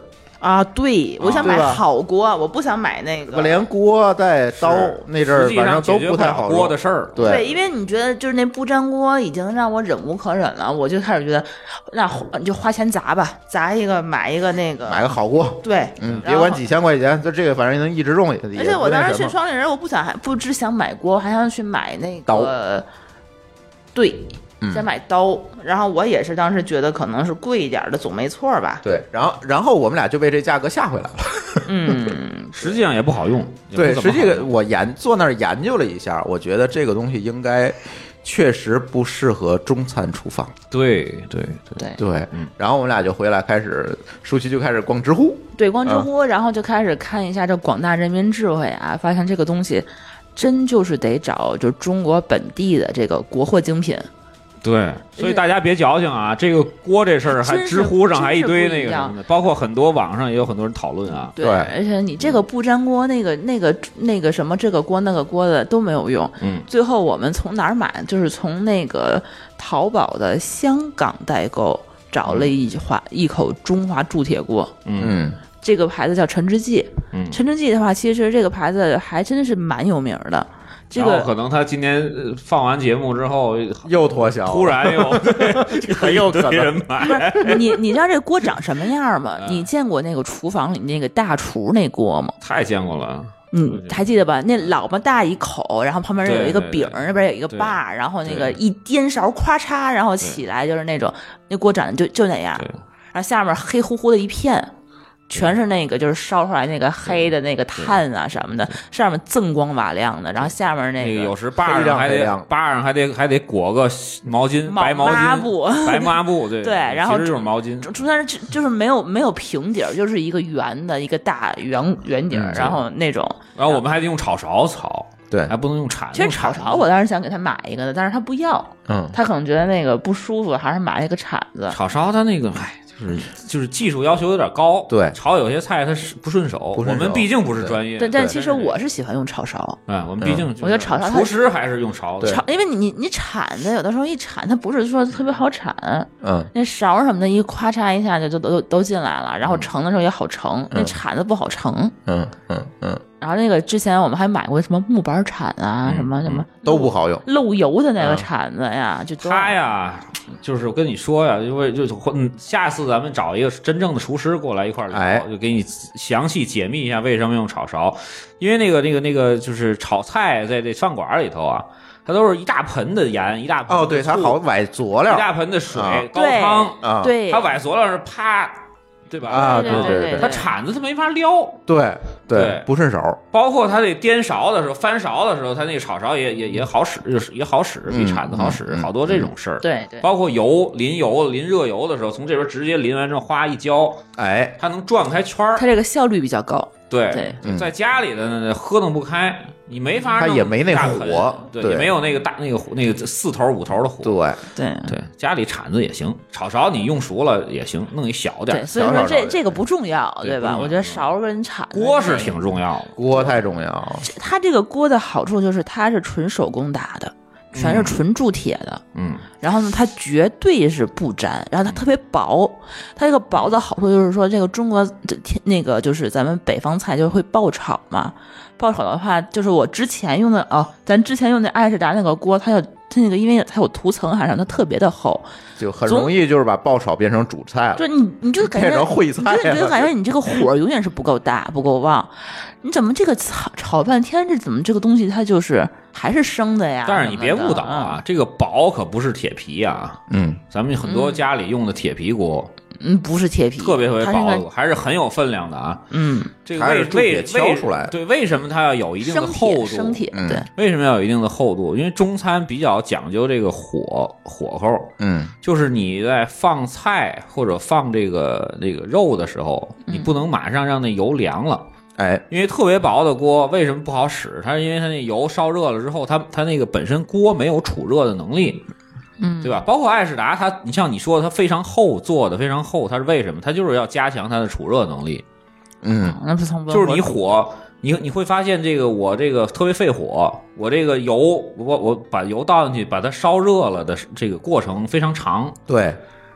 啊，对，我想买对吧好锅，我不想买那个。 我连锅带刀那阵儿实际反正都上解决不不太好用了锅的。事儿。 对， 对， 因为你觉得就是那不粘锅已经让我忍无可忍了，我就开始觉得，那你就花钱砸吧，砸一个买一个那个买个好锅， 对， 嗯， 然后别管几千块钱，就这个反正能一直用。 而且我当时去说双立人，我不想还不只想买锅，还想去买那刀个，对， 嗯想买刀。然后我也是当时觉得可能是贵一点的总没错吧。 对，然后然后我们俩就被这价格吓回来了。 嗯， 实际上也不好用。也不对， 怎么实际好用我研坐那儿研究了一下，我觉得这个东西应该确实不适合中餐厨房。 对对对， 对对，然后我们俩就回来开始，舒淇就开始逛知乎。 对，逛知乎，然后就开始看一下这广大人民智慧啊，发现这个东西真就是得找就中国本地的这个国货精品。 对，所以大家别矫情啊！这个锅这事儿，还真是知乎上还一堆真是不一样那个什么的，包括很多网上也有很多人讨论啊。 对， 对而且你这个不粘锅，那个那个那个什么这个锅那个锅的都没有用。 嗯， 最后我们从哪儿买？就是从那个淘宝的香港代购找了一华一口中华铸铁锅。 嗯嗯， 这个牌子叫陈之记。 嗯， 陈之记的话，其实这个牌子还真是蛮有名的。这然后个可能他今天呃放完节目之后， 又脱销了， 突然又很有可能一堆人买。 你你知道这锅长什么样吗？ 嗯你见过那个厨房里那个大厨那锅吗？ 太见过了。 嗯，还记得吧？那老么大一口，然后旁边有一个对对饼， 对那边有一个对把，然后那个对一颠勺，咵嚓，然后起来就是那种，那锅长得就就那样， 对然后下面黑乎乎的一片，全是那个就是烧出来那个黑的那个炭啊什么的，上面锃光瓦亮的，然后下面那个那个有时把黑上还得亮黑亮把上还得还得裹个毛巾， 毛白毛巾， 抹布白抹布，对对然后其实就是毛巾。 中间就就是没有没有平底儿，就是一个圆的一个大圆圆底儿， 嗯然后那种。 然后我们还得用炒勺炒， 对还不能用铲子。 其实炒勺我当时想给他买一个的，但是他不要， 嗯， 他可能觉得那个不舒服，还是买了一个铲子。 炒勺它那个，哎，就是就是技术要求有点高。 对炒有些菜它是不顺手， 不顺手我们毕竟不是专业。 但但对其实我是喜欢用炒勺， 哎，我们毕竟就是我觉得炒勺它厨师还是用勺子对。 炒，因为你你你铲子有的时候一铲，它不是说特别好铲， 嗯， 那勺什么的，一咔嚓一下就都都都进来了，然后盛的时候也好盛，那嗯铲子不好盛。 嗯嗯嗯， 然后那个之前我们还买过什么木板铲啊， 嗯什么什么都不好用。 漏油的那个啊铲子呀，就都他呀，就是我跟你说呀，因为就是嗯，下次咱们找一个真正的厨师过来一块儿聊， 哎就给你详细解密一下为什么用炒勺。因为那个那个那个就是炒菜在这饭馆里头啊，它都是一大盆的盐，一大盆的哦，对，它醋好崴佐料一大盆的水、 啊高对汤， 啊， 对它崴佐料是啪，对吧？ 啊， 对对对对它铲子它没法撩。 对对对，不顺手。 包括它这颠勺的时候、翻勺的时候，它那个炒勺也也也好使，就是也好使，比铲子好使， 嗯嗯好多这种事儿。 对对， 包括油淋油淋热油的时候，从这边直接淋完之后，哗一浇， 哎， 它能转开圈儿。 它这个效率比较高。 对， 对嗯在家里的呢喝弄不开，你没法弄它也没那大盆火对， 对也没有那个大那个火那个四头五头的火。 对， 对对，家里铲子也行，炒勺你用熟了也行，弄一小点对， 儿。 所以说小勺勺这这个不重要，对吧？ 对不重要我觉得勺跟铲子锅是这个挺重要的， 锅太重要。 它这个锅的好处就是它是纯手工打的，全是纯铸铁的。 嗯， 然后呢，它绝对是不粘，然后它特别薄。它这个薄的好处就是说，这个中国的天那个就是咱们北方菜就会爆炒嘛。爆炒的话，就是我之前用的哦，咱之前用的爱仕达那个锅，它有它那个因为它有涂层还是它特别的厚， 就很容易就是把爆炒变成主菜了就。你你就感觉变成烩菜了你就你就感觉你这个火永远是不够大不够旺。你怎么这个炒炒半天，这怎么这个东西它就是还是生的呀？ 但是你别什么的误导啊，，这个薄可不是铁皮啊， 嗯， 咱们很多家里用的铁皮锅， 嗯，不是铁皮， 特别特别它是个薄的锅，还是很有分量的啊。 嗯， 这个还是铸为为铁敲为出来的对，为什么它要有一定的生厚度？ 铁生铁， 嗯对， 为什么要有一定的厚度？因为中餐比较讲究这个火火候， 嗯， 就是你在放菜或者放这个这个肉的时候，你不能马上让那油凉了。 哎， 因为特别薄的锅为什么不好使？它是因为它那油烧热了之后，它它那个本身锅没有储热的能力， 嗯， 对吧？包括爱仕达，它你像你说的，它非常厚做的非常厚，它是为什么？它就是要加强它的储热能力。 嗯， 那是从就是你火，你你会发现这个我这个特别费火，我这个油我我把油倒进去，把它烧热了的这个过程非常长。 对，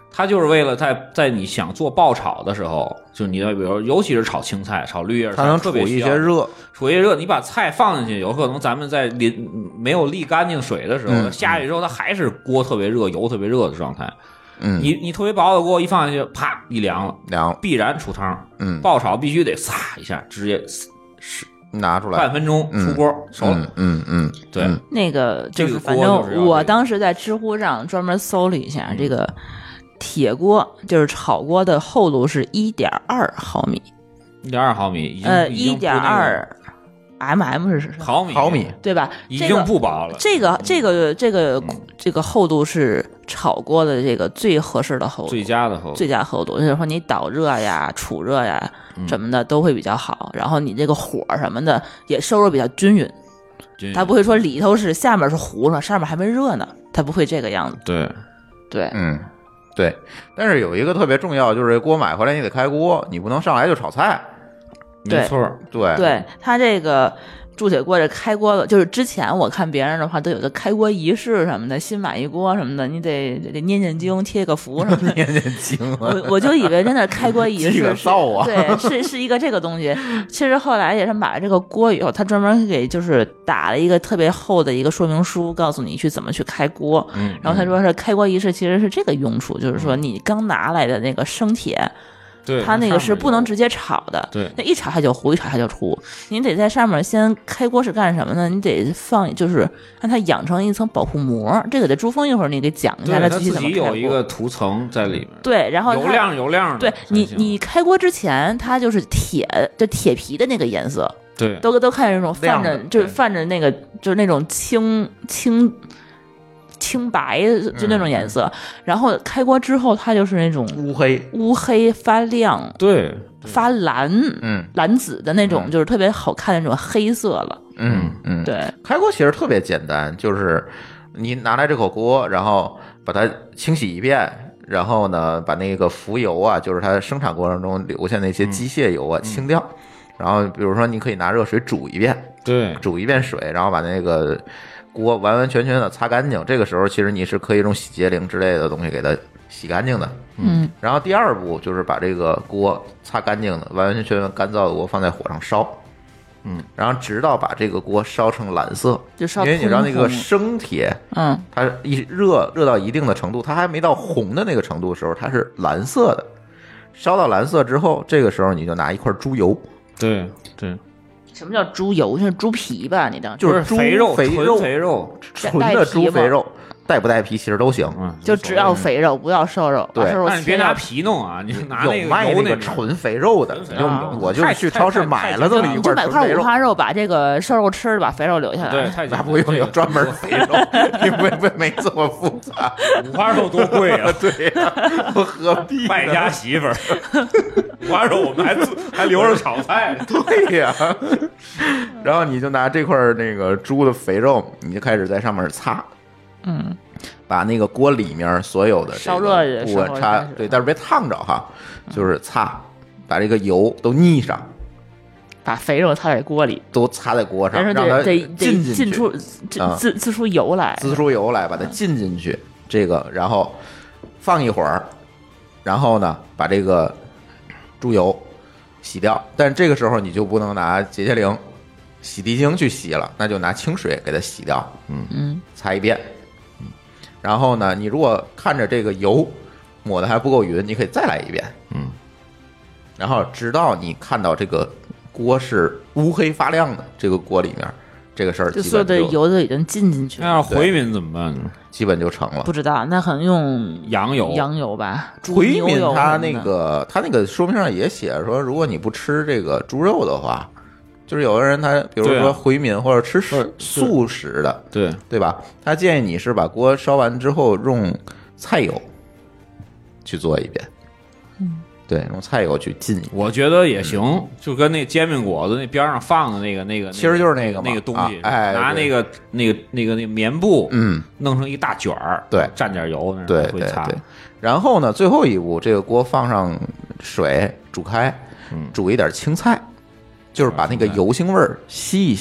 它就是为了在在你想做爆炒的时候，就你的比如尤其是炒青菜、炒绿叶菜， 它能特别储一些热， 储一些热。你把菜放进去，有可能咱们在淋没有沥干净水的时候， 嗯、 下去之后，它还是锅特别热、油特别热的状态。 嗯， 你你特别薄的锅一放进去，啪一凉了， 凉必然出汤。 嗯， 爆炒必须得撒一下，直接是拿出来， 半分钟出锅、 嗯、 熟了。 嗯嗯嗯， 对， 嗯、 那个就是，反正我当时在知乎上专门搜了一下，这个铁锅就是炒锅的厚度是一点二毫米， 一点二毫米， 呃，一点二。mm 是毫米， 毫米对吧？ 已经不薄了。 这个这个这个这个厚度是炒锅的这个最合适的厚度， 最佳的厚度， 最佳厚度。就是说你导热呀、储热呀什么的都会比较好，然后你这个火什么的也收热比较均匀， 均匀它不会说里头是下面是糊了，上面还没热呢，它不会这个样子。 对对， 嗯对。但是有一个特别重要，就是这锅买回来你得开锅，你不能上来就炒菜。 没错， 对对，它这个铸铁锅这开锅的，就是之前我看别人的话都有个开锅仪式什么的，新买一锅什么的，你得得念念经、贴个符什么的。 念念经、啊， 我我就以为真的开锅仪式是啊， 对，是是一个这个东西。其实后来也是买了这个锅以后，他专门给就是打了一个特别厚的一个说明书，告诉你去怎么去开锅。 嗯， 然后他说是开锅仪式其实是这个用处，就是说你刚拿来的那个生铁。 对， 它那个是不能直接炒的， 对， 那一炒它就糊，一炒它就糊。你得在上面先开锅是干什么呢？你得放，就是让它养成一层保护膜。这个得珠峰一会儿你给讲一下，它自己怎么开锅。 有一个涂层在里面。 对，然后油亮油亮的。对你，你开锅之前，它就是铁，就铁皮的那个颜色。 对， 都都看这种泛着，就是泛着那个，就是那种青青。青白就那种颜色、嗯，然后开锅之后，它就是那种乌黑、 乌黑发亮， 对， 发蓝， 嗯， 蓝紫的那种、嗯，就是特别好看的那种黑色了。 嗯嗯， 对， 开锅其实特别简单，就是你拿来这口锅，然后把它清洗一遍，然后呢，把那个浮油啊，就是它生产过程中留下那些机械油啊、嗯、清掉。然后比如说，你可以拿热水煮一遍， 对， 煮一遍水，然后把那个锅完完全全的擦干净。这个时候其实你是可以用洗洁灵之类的东西给它洗干净的。 嗯， 然后第二步就是把这个锅擦干净的、完完全全干燥的锅放在火上烧。嗯，然后直到把这个锅烧成蓝色， 就烧， 因为你知道那个生铁， 嗯， 它一热热到一定的程度，它还没到红的那个程度的时候，它是蓝色的。烧到蓝色之后，这个时候你就拿一块猪油。 对对， 什么叫猪油？就是猪皮吧？你当时就是肥肉， 肥肉， 肥肉， 纯的猪肥肉，带不带皮其实都行。 嗯， 就只要肥肉，不要瘦肉。 对， 但是你别拿皮弄啊，你拿那个有卖那个纯肥肉的，你就我就去超市买了这么一块， 就买块五花肉，把这个瘦肉吃了，把肥肉留下来。 对，太那不用有专门肥肉，你不不没这么复杂。 五花肉多贵啊！ 对呀，我何必？ 败家媳妇儿。五花肉我们还还留着炒菜。 对呀，然后你就拿这块那个猪的肥肉，你就开始在上面擦， 嗯， 把那个锅里面所有的烧热的部分擦，对，但是别烫着哈，就是擦，把这个油都腻上， 把肥肉擦在锅里， 都擦在锅上，让它得浸进去，出滋滋出油来， 滋出油来，把它浸进去，这个然后放一会儿，然后呢，把这个猪油洗掉，但这个时候你就不能拿洁洁灵、洗涤精去洗了，那就拿清水给它洗掉，嗯嗯， 擦一遍，嗯，然后呢，你如果看着这个油抹的还不够匀，你可以再来一遍，嗯，然后直到你看到这个锅是乌黑发亮的，这个锅里面这个事儿， 就所有的油都已经浸进去了。 那要回民怎么办呢？ 基本就成了。 不知道，那可能用羊油， 羊油吧。 回民它那个它那个说明上也写说，如果你不吃这个猪肉的话，就是有的人他比如说回民或者吃素食的， 对对吧？他建议你是把锅烧完之后用菜油去做一遍。嗯。对，用菜油去浸， 我觉得也行，嗯、就跟那煎饼果子那边上放的那个那个， 其实就是那个那个东西， 啊、哎， 拿那个那个那个那个棉布， 嗯， 弄成一大卷儿， 对， 蘸点油，那对会擦。 对对。然后呢，最后一步，这个锅放上水煮开， 嗯， 煮一点青菜，就是把那个油腥味儿吸一吸，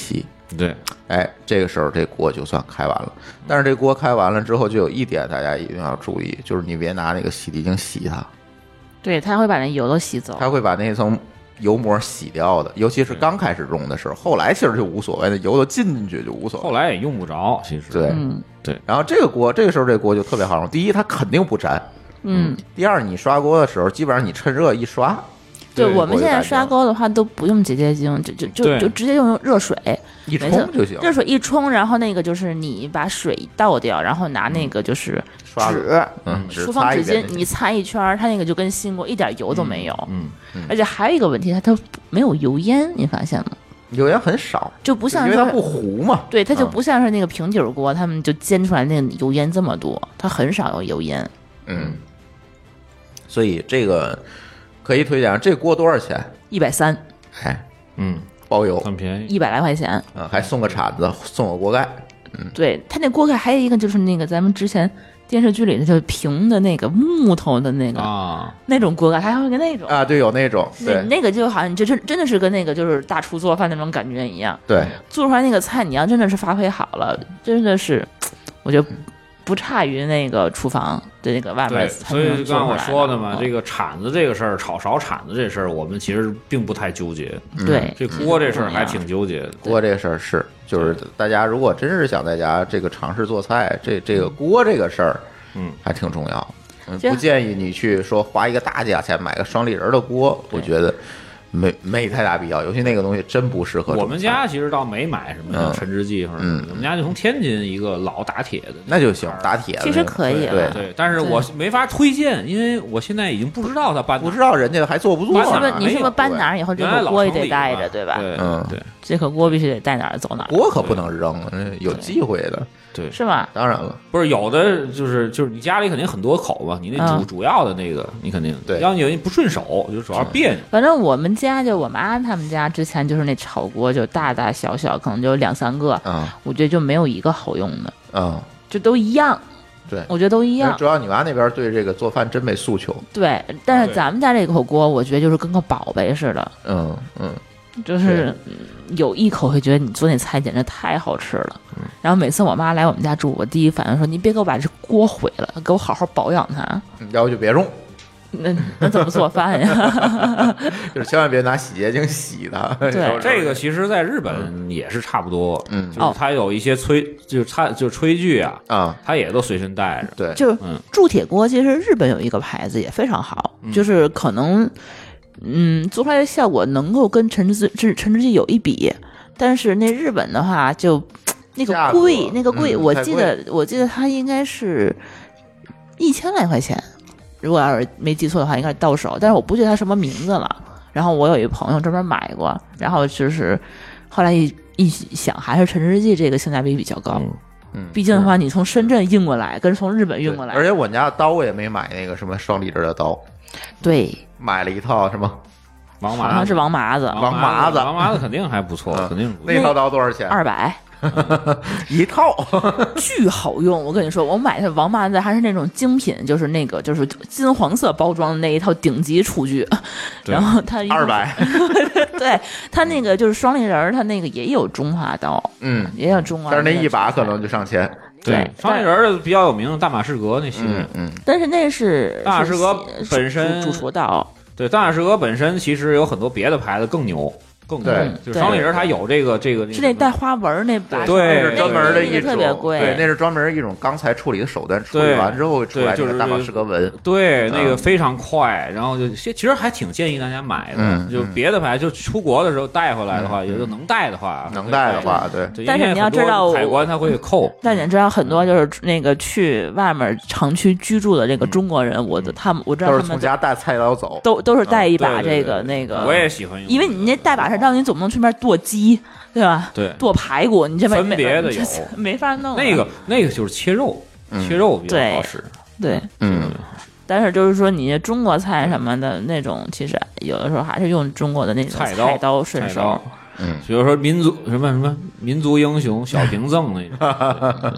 对， 哎，这个时候这锅就算开完了。但是这锅开完了之后，就有一点大家一定要注意，就是你别拿那个洗涤精洗它， 对，它会把那油都洗走。 它会把那层油膜洗掉的。尤其是刚开始用的时候，后来其实就无所谓，那油都进进去就无所谓。 后来也用不着，其实对， 嗯对。 然后这个锅，这个时候这锅就特别好用。第一，它肯定不粘。 嗯， 第二，你刷锅的时候，基本上你趁热一刷。 对， 这个我们现在锅就干净了刷锅的话都不用洁洁精，就就就对就直接用热水， 一冲没错就行， 热水一冲，然后那个就是你把水倒掉，然后拿那个就是刷子纸， 嗯，只厨房纸巾擦一遍就行你擦一圈儿，它那个就跟新锅一点油都没有。 嗯， 而且还有一个问题，它它没有油烟，你发现吗？ 油烟很少， 就不像说因为它不糊嘛。 对，它就嗯不像是那个平底锅，他们就煎出来那个油烟这么多，它很少有油烟。 嗯，所以这个可以推荐。这锅多少钱？ 一百三， 哎， 嗯， 包邮， 很便宜。 一百来块钱。 嗯，还送个铲子，送个锅盖。 对，它那锅盖还有一个就是那个咱们之前电视剧里的就是平的那个木头的那个、 啊， 那种锅盖，还有一个那种。 啊，对，有那种， 那对那个就好像就真真的是跟那个就是大厨做饭那种感觉一样， 对， 做出来那个菜你要真的是发挥好了，真的是，我觉得不差于那个厨房的那个外面对， 餐所以厅刚刚我说的嘛， 嗯这个铲子这个事儿，炒勺铲子这事儿，我们其实并不太纠结。 对这锅这事儿还挺纠结的。 锅这个事儿是，就是大家如果真是想在家这个尝试做菜，这这个锅这个事儿， 嗯， 还挺重要。嗯， 这不建议你去说花一个大价钱买个双立人的锅，我觉得没没太大必要，尤其那个东西真不适合我中餐们家其实倒没买什么嗯像陈之记或者什么的，我们家就从天津一个老打铁的， 那就行，打铁的其实那个可以了。 对， 对，但是我没法推荐，因为我现在已经不知道他搬哪不知道人家还做不做你是不呢是你是不是搬哪儿以后这原来老口锅也城里嘛得带着，对吧？ 对， 嗯对这口锅必须得带哪儿走哪儿， 锅可不能扔，有忌讳的。 对， 是吗？ 当然了， 不是有的就是就是你家里肯定很多口嘛，你那主嗯主要的那个你肯定对要你不顺手，就主要别扭。 反正我们家就我妈他们家之前就是那炒锅，就大大小小可能就两三个， 嗯我觉得就没有一个好用的， 嗯， 就都一样。 对， 我觉得都一样主。要你妈那边对这个做饭真没诉求。 对，但是对咱们家这口锅，我觉得就是跟个宝贝似的， 嗯嗯， 就是嗯有一口会觉得你做那菜简直太好吃了。 嗯然后每次我妈来我们家住，我第一反应说：“你别给我把这锅毁了，给我好好保养它。 要不就别用， 那那怎么做饭呀？ 就是千万别拿洗洁精洗它。 对这个其实在日本也是差不多， 嗯就是它有一些炊，就是它就是炊具啊， 啊， 嗯它也都随身带着。 对， 就是嗯铸铁锅，其实日本有一个牌子也非常好，就是可能嗯做出来的效果能够跟陈之之陈之记有一比，但是那日本的话就那个价格贵，那个贵， 嗯太我记得我记得它应该是一千来块钱，如果要是没记错的话，应该是到手，但是我不记得它什么名字了。然后我有一个朋友专门买过，然后就是后来一一想，还是陈之记这个性价比比较高。 嗯， 毕竟的话，你从深圳运过来，跟从日本运过来， 而且我家刀我也没买那个什么双立人的刀， 对， 买了一套什么王麻好像是王麻子， 王麻子王麻子肯定还不错， 嗯肯定不错那套刀多少钱？ 二百， 一套。 巨好用。我跟你说，我买的王麻子还是那种精品，就是那个就是金黄色包装的那一套顶级厨具， 对然后它一共二百， 对它那个就是双立人儿，它那个也有中华刀， 嗯， 也有中华， 但是那一把可能就上千。 对双立人儿的比较有名的大马士革那系列嗯，嗯， 但是那是大师哥是本身主主厨刀， 对，大马士革本身其实有很多别的牌子更牛，更对牛就是双立人它有这个这个是那带花纹儿那把手， 对那是专门的一那个种， 特别贵， 对，那是专门一种钢材处理的手段，处理对完之后会出来对就是那个大马士革纹。 对，那个嗯非常快，然后就其其实还挺建议大家买的， 嗯就别的牌就出国的时候带回来的话，也就能带的话， 能带的话，对， 对， 但是你要因为很多知道海关它会扣， 但你知道很多就是那个去外面城区居住的这个中国人，我的他们我知道都是他们从家带菜刀走。 都都是带一把对对这个对那个， 我也喜欢用， 因为你那带把是让你总不能去那边剁鸡，对吧？ 对剁排骨，你这边分别的有没法弄啊。 那个那个就是切肉， 嗯切肉比较对好使， 对， 嗯， 但是就是说你中国菜什么的那种，其实有的时候还是用中国的那种菜刀菜刀顺手菜刀。 嗯， 比如说民族什么什么民族英雄小平赠那种，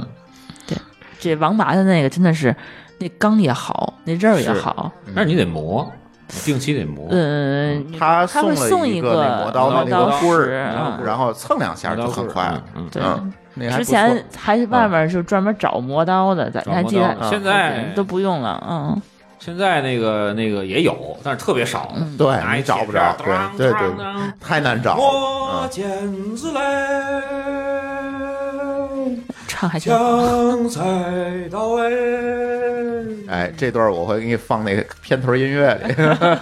这王麻的那个真的是那钢也好，那刃儿也好， 但是你得磨， 定期得磨。 嗯， 他他会送一个那磨刀的那个棍儿， 嗯然后蹭两下就很快了。 嗯， 对。 嗯，那个还之不错前还是外面就专门找磨刀的，咱还记得。 现在都不用了，嗯。 现在那个那个也有，但是特别少。 嗯， 对，你找不着，对对对，太难找了。 磨剪子嘞， 唱还行。 将菜刀哎， 哎，这段我会给你放那个片头音乐里。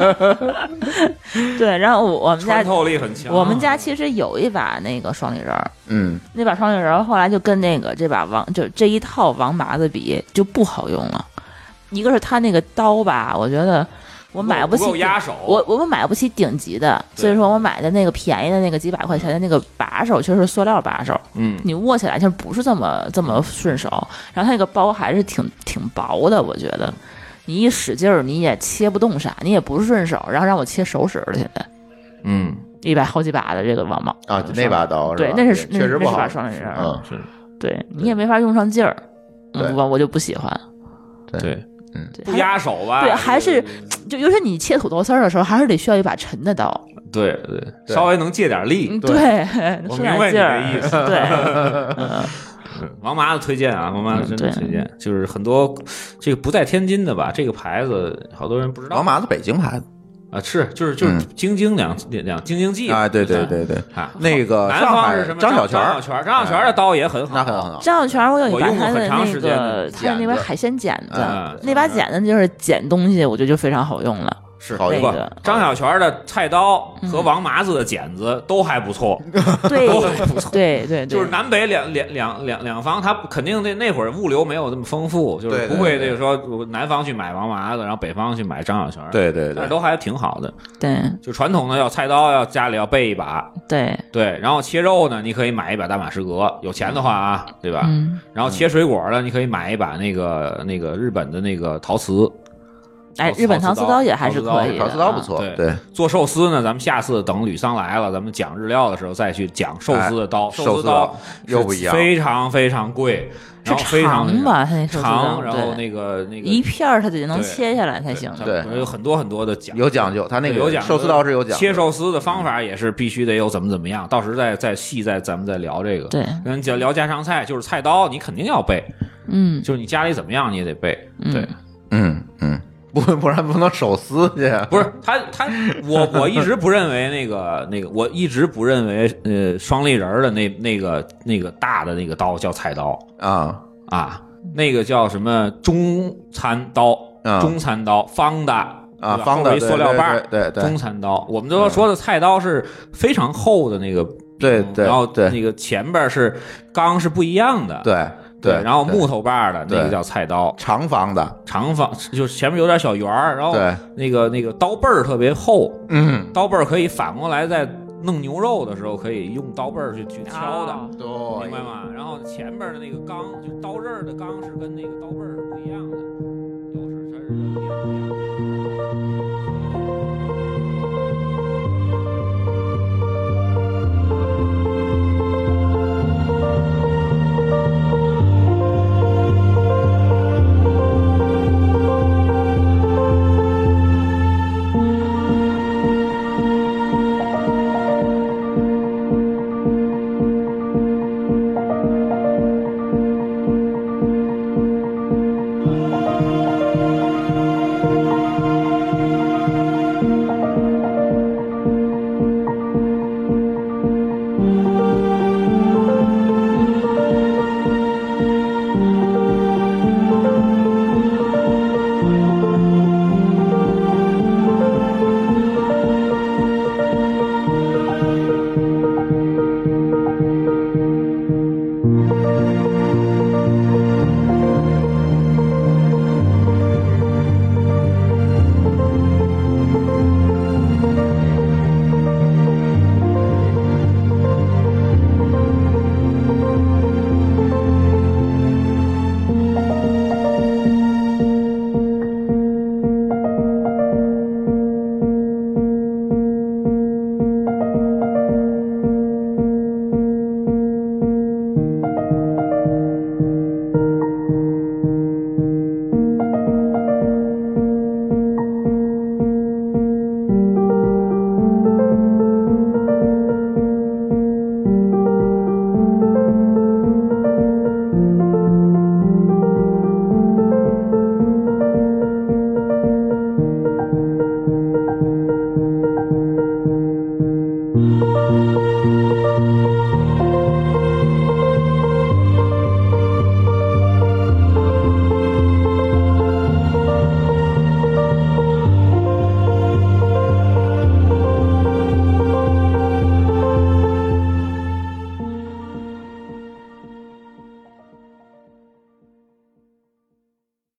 对，然后我们家穿透力很强。 我们家其实有一把那个双立人， 嗯， 那把双立人后来就跟那个这把王就这一套王麻子比就不好用了。一个是他那个刀吧，我觉得我买不起， 不够压手， 我我们买不起顶级的，所以说我买的那个便宜的那个几百块钱的那个把手，其实是塑料把手， 嗯， 你握起来就不是这么这么顺手，然后它那个包还是挺挺薄的，我觉得你一使劲儿你也切不动啥，你也不是顺手，然后让我切手指了，现在， 嗯， 一把好几把的这个王莽啊，那把刀对，那是确实不好， 那是把双立人， 嗯， 是， 对你也没法用上劲儿， 嗯， 我我就不喜欢， 对。 嗯，不压手吧？ 对，还是就尤其你切土豆丝儿的时候，还是得需要一把沉的刀。 对对，稍微能借点力。 对， 我明白你的意思。 对， 王麻子推荐啊，王麻子真的推荐，就是很多这个不在天津的吧，这个牌子好多人不知道。 王麻子北京牌子。 啊，是就是就是京津两两京津冀啊，对对对对啊， 那个南方是什么？ 张小泉， 张小泉，张小泉的刀也很好， 那很好。 张小泉我有一把他的那个他的那把海鲜剪子，那把剪子就是剪东西，我觉得就非常好用了。 是那个张小泉的菜刀和王麻子的剪子都还不错， 对， 都还不错， 对对， 就是南北两两两两两方，他肯定那那会儿物流没有那么丰富，就是不会那个说南方去买王麻子，然后北方去买张小泉， 对对对， 但是都还挺好的。 对， 就传统的要菜刀要家里要备一把， 对对，然后切肉呢，你可以买一把大马士革，有钱的话啊，对吧？ 嗯， 然后切水果呢，你可以买一把那个那个日本的那个陶瓷。 哎，日本陶瓷刀也还是可以的， 陶瓷刀不错。 对对， 做寿司呢，咱们下次等吕桑来了，咱们讲日料的时候再去讲寿司的刀。 寿司刀又不一样， 非常非常贵，然后非常长吧，它那长，然后那个那个一片儿它得能切下来才行。 对， 有很多很多的讲有讲究，它那个有讲寿司刀是有讲究， 切寿司的方法也是必须得有怎么怎么样，到时再再细再咱们再聊这个。 对， 跟讲聊家常菜，就是菜刀你肯定要备， 嗯， 就是你家里怎么样你也得备，对， 嗯嗯。不，不然不能手撕去。 不是他，他我我一直不认为那个那个，我一直不认为呃双立人的那那个那个大的那个刀叫菜刀啊啊，那个叫什么中餐刀， 啊、 中餐刀方的啊，方的塑料把， 对 对, 对, 对， 中餐刀。我们都说的菜刀是非常厚的那个， 对对， 然后对那个前边是钢是不一样的， 对。 对，然后木头把的那个叫菜刀， 长方的， 长方就是前面有点小圆儿，然后对那个那个刀背儿特别厚， 嗯， 刀背儿可以反过来在弄牛肉的时候可以用刀背儿去去挑的， 对， 明白吗？然后前边的那个钢就刀刃的钢是跟那个刀背儿是不一样。